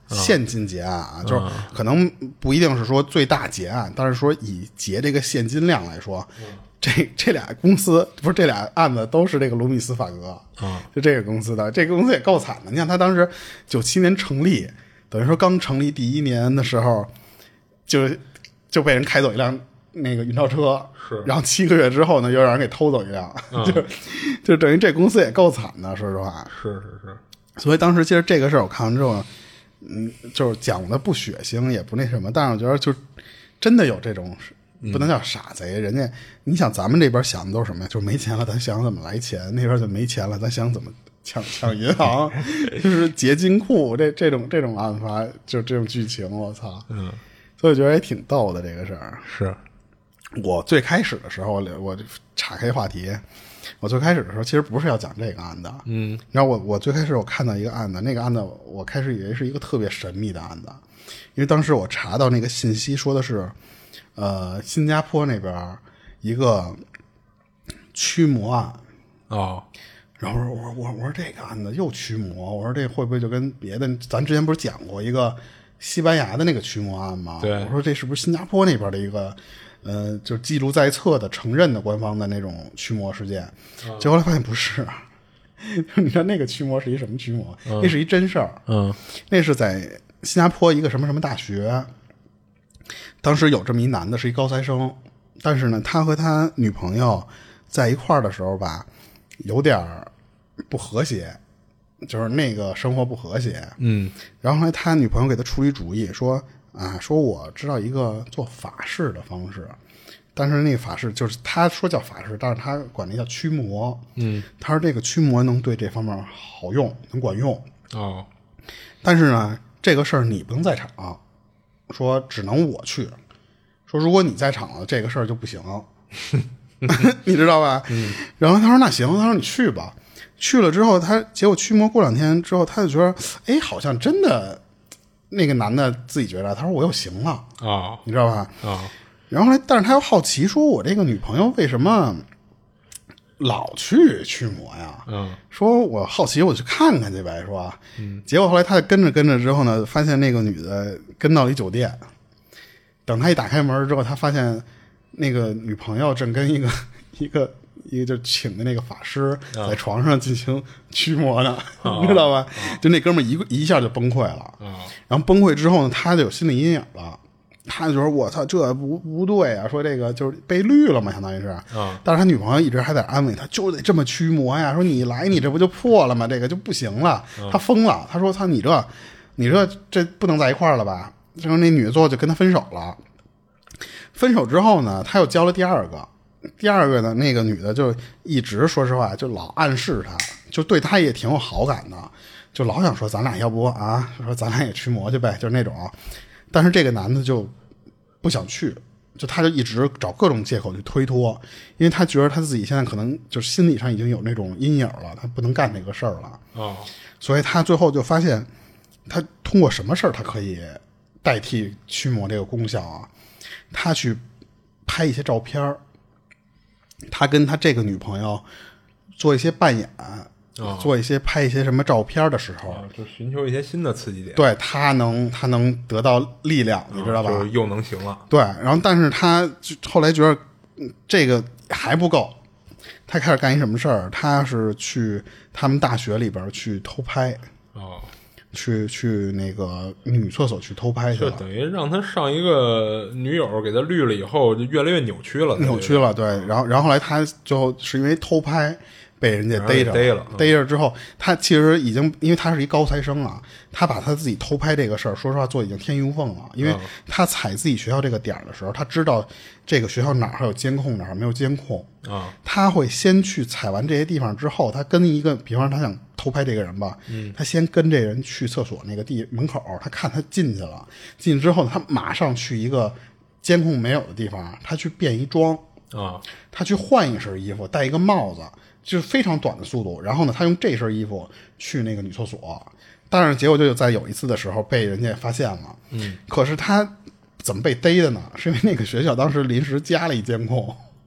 现金结案啊，就是可能不一定是说最大结案，但是说以结这个现金量来说，这俩公司不是这俩案子都是这个卢米斯法格就这个公司的，这个公司也够惨的。你看他当时97年成立，等于说刚成立第1年的时候，就被人开走一辆那个运钞车， 是， 然后7个月之后呢，又让人给偷走一辆，就等于这公司也够惨的，说实话。 是。 所以当时其实这个事儿我看完之后，就是讲的不血腥也不那什么，但是我觉得就真的有这种不能叫傻贼，人家你想咱们这边想的都是什么呀？就是没钱了，咱想怎么来钱；那边就没钱了，咱想怎么抢银行，就是劫金库这种案发，就这种剧情，我操！所以我觉得也挺逗的这个事儿。 是我最开始的时候，我岔开话题。我最开始的时候其实不是要讲这个案子，然后我最开始我看到一个案子，那个案子我开始以为是一个特别神秘的案子，因为当时我查到那个信息说的是，新加坡那边一个驱魔案然后我说这个案子又驱魔，我说这会不会就跟别的，咱之前不是讲过一个西班牙的那个驱魔案吗？ 对， 我说这是不是新加坡那边的一个就记录在册的承认的官方的那种驱魔事件，结果后来发现不是。你知道那个驱魔是一什么驱魔？那是一真事儿。那是在新加坡一个什么什么大学，当时有这么一男的是一高材生，但是呢他和他女朋友在一块儿的时候吧，有点不和谐，就是那个生活不和谐。然后后来他女朋友给他出一主意，说我知道一个做法事的方式，但是那个法事就是他说叫法事，但是他管那叫驱魔。他说这个驱魔能对这方面好用，能管用。但是呢这个事儿你不能在场，说只能我去，说如果你在场了这个事儿就不行。你知道吧？然后他说那行，他说你去吧。去了之后结果驱魔过2天之后，他就觉得好像真的那个男的自己觉得，他说我又行了你知道吧？然后但是他又好奇，说我这个女朋友为什么老去驱魔呀？说我好奇，我去看看去呗，是吧？结果后来他跟着之后呢，发现那个女的跟到一酒店，等他一打开门之后，他发现那个女朋友正跟一个就请的那个法师在床上进行驱魔呢，你知道吧？就那哥们儿一下就崩溃了，然后崩溃之后呢，他就有心理阴影了，他就说我操，这不对啊，说这个就是被绿了嘛，相当于是。但是他女朋友一直还在安慰他，就得这么驱魔呀，说你来你这不就破了吗？这个就不行了。他疯了，他说操你这不能在一块儿了吧？然后那女的最后就跟他分手了。分手之后呢，他又交了第二个呢，那个女的就一直说实话就老暗示他，就对他也挺有好感的，就老想说咱俩要不说咱俩也驱魔去呗，就是那种。但是这个男的就不想去，他就一直找各种借口去推脱，因为他觉得他自己现在可能就是心理上已经有那种阴影了，他不能干这个事儿了。所以他最后就发现他通过什么事儿他可以代替驱魔这个功效啊？他去拍一些照片，他跟他这个女朋友做一些扮演，拍一些什么照片的时候， 就寻求一些新的刺激点。 对，他能得到力量，你知道吧？ 就又能行了。 对，然后但是他后来觉得这个还不够，他开始干一什么事儿？他是去他们大学里边去偷拍。去那个女厕所去偷拍去了， 就等于让他上一个女友给他绿了以后，就越来越扭曲了。 对。然后后来他最后是因为偷拍被人家逮着之后，他其实已经因为他是一高材生啊，他把他自己偷拍这个事儿，说实话做已经天衣无缝了。因为他踩自己学校这个点的时候，他知道这个学校哪儿还有监控，哪儿没有监控他会先去踩完这些地方之后，他跟一个，比方说他想偷拍这个人吧，他先跟这人去厕所那个门口，他看他进去了，进去之后他马上去一个监控没有的地方，他去变一装他去换一身衣服，戴一个帽子，就是非常短的速度，然后呢他用这身衣服去那个女厕所，但是结果就在有一次的时候被人家发现了。可是他怎么被逮的呢？是因为那个学校当时临时加了一监控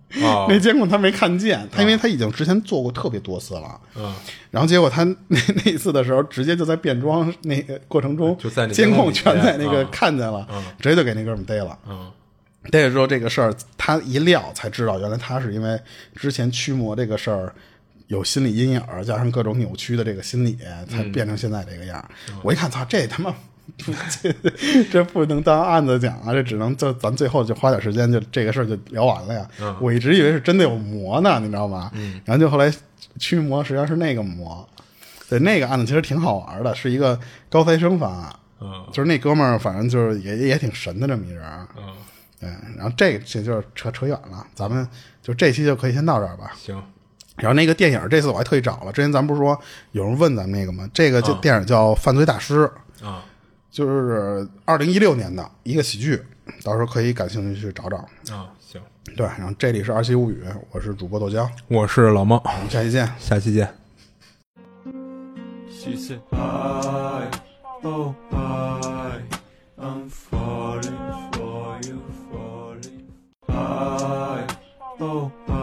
那监控他没看见，他因为他已经之前做过特别多次了，然后结果他那一次的时候，直接就在变装那个过程中， 就在那监控全在那个看见了，直接就给那哥们逮了。逮了之后，这个事儿他一料才知道，原来他是因为之前驱魔这个事儿有心理阴影，加上各种扭曲的这个心理，才变成现在这个样。我一看，操，这他妈这不能当案子讲啊，这只能就咱最后就花点时间，就这个事儿就聊完了呀。我一直以为是真的有魔呢，你知道吗？然后就后来驱魔实际上是那个魔。对，那个案子其实挺好玩的，是一个高材生犯案。就是那哥们儿，反正就是也挺神的这么一人。对，然后这就是扯远了，咱们就这期就可以先到这儿吧。 行。 然后那个电影这次我还特意找了，之前咱不是说有人问咱那个吗？这个电影叫《犯罪大师》就是2016年的一个喜剧，到时候可以感兴趣去找找。 行。 对，然后这里是二七物语，我是主播豆浆， 我是老猫， 我们下期见。 下期见。 She said, I, oh, I'm falling for you, falling. I, oh,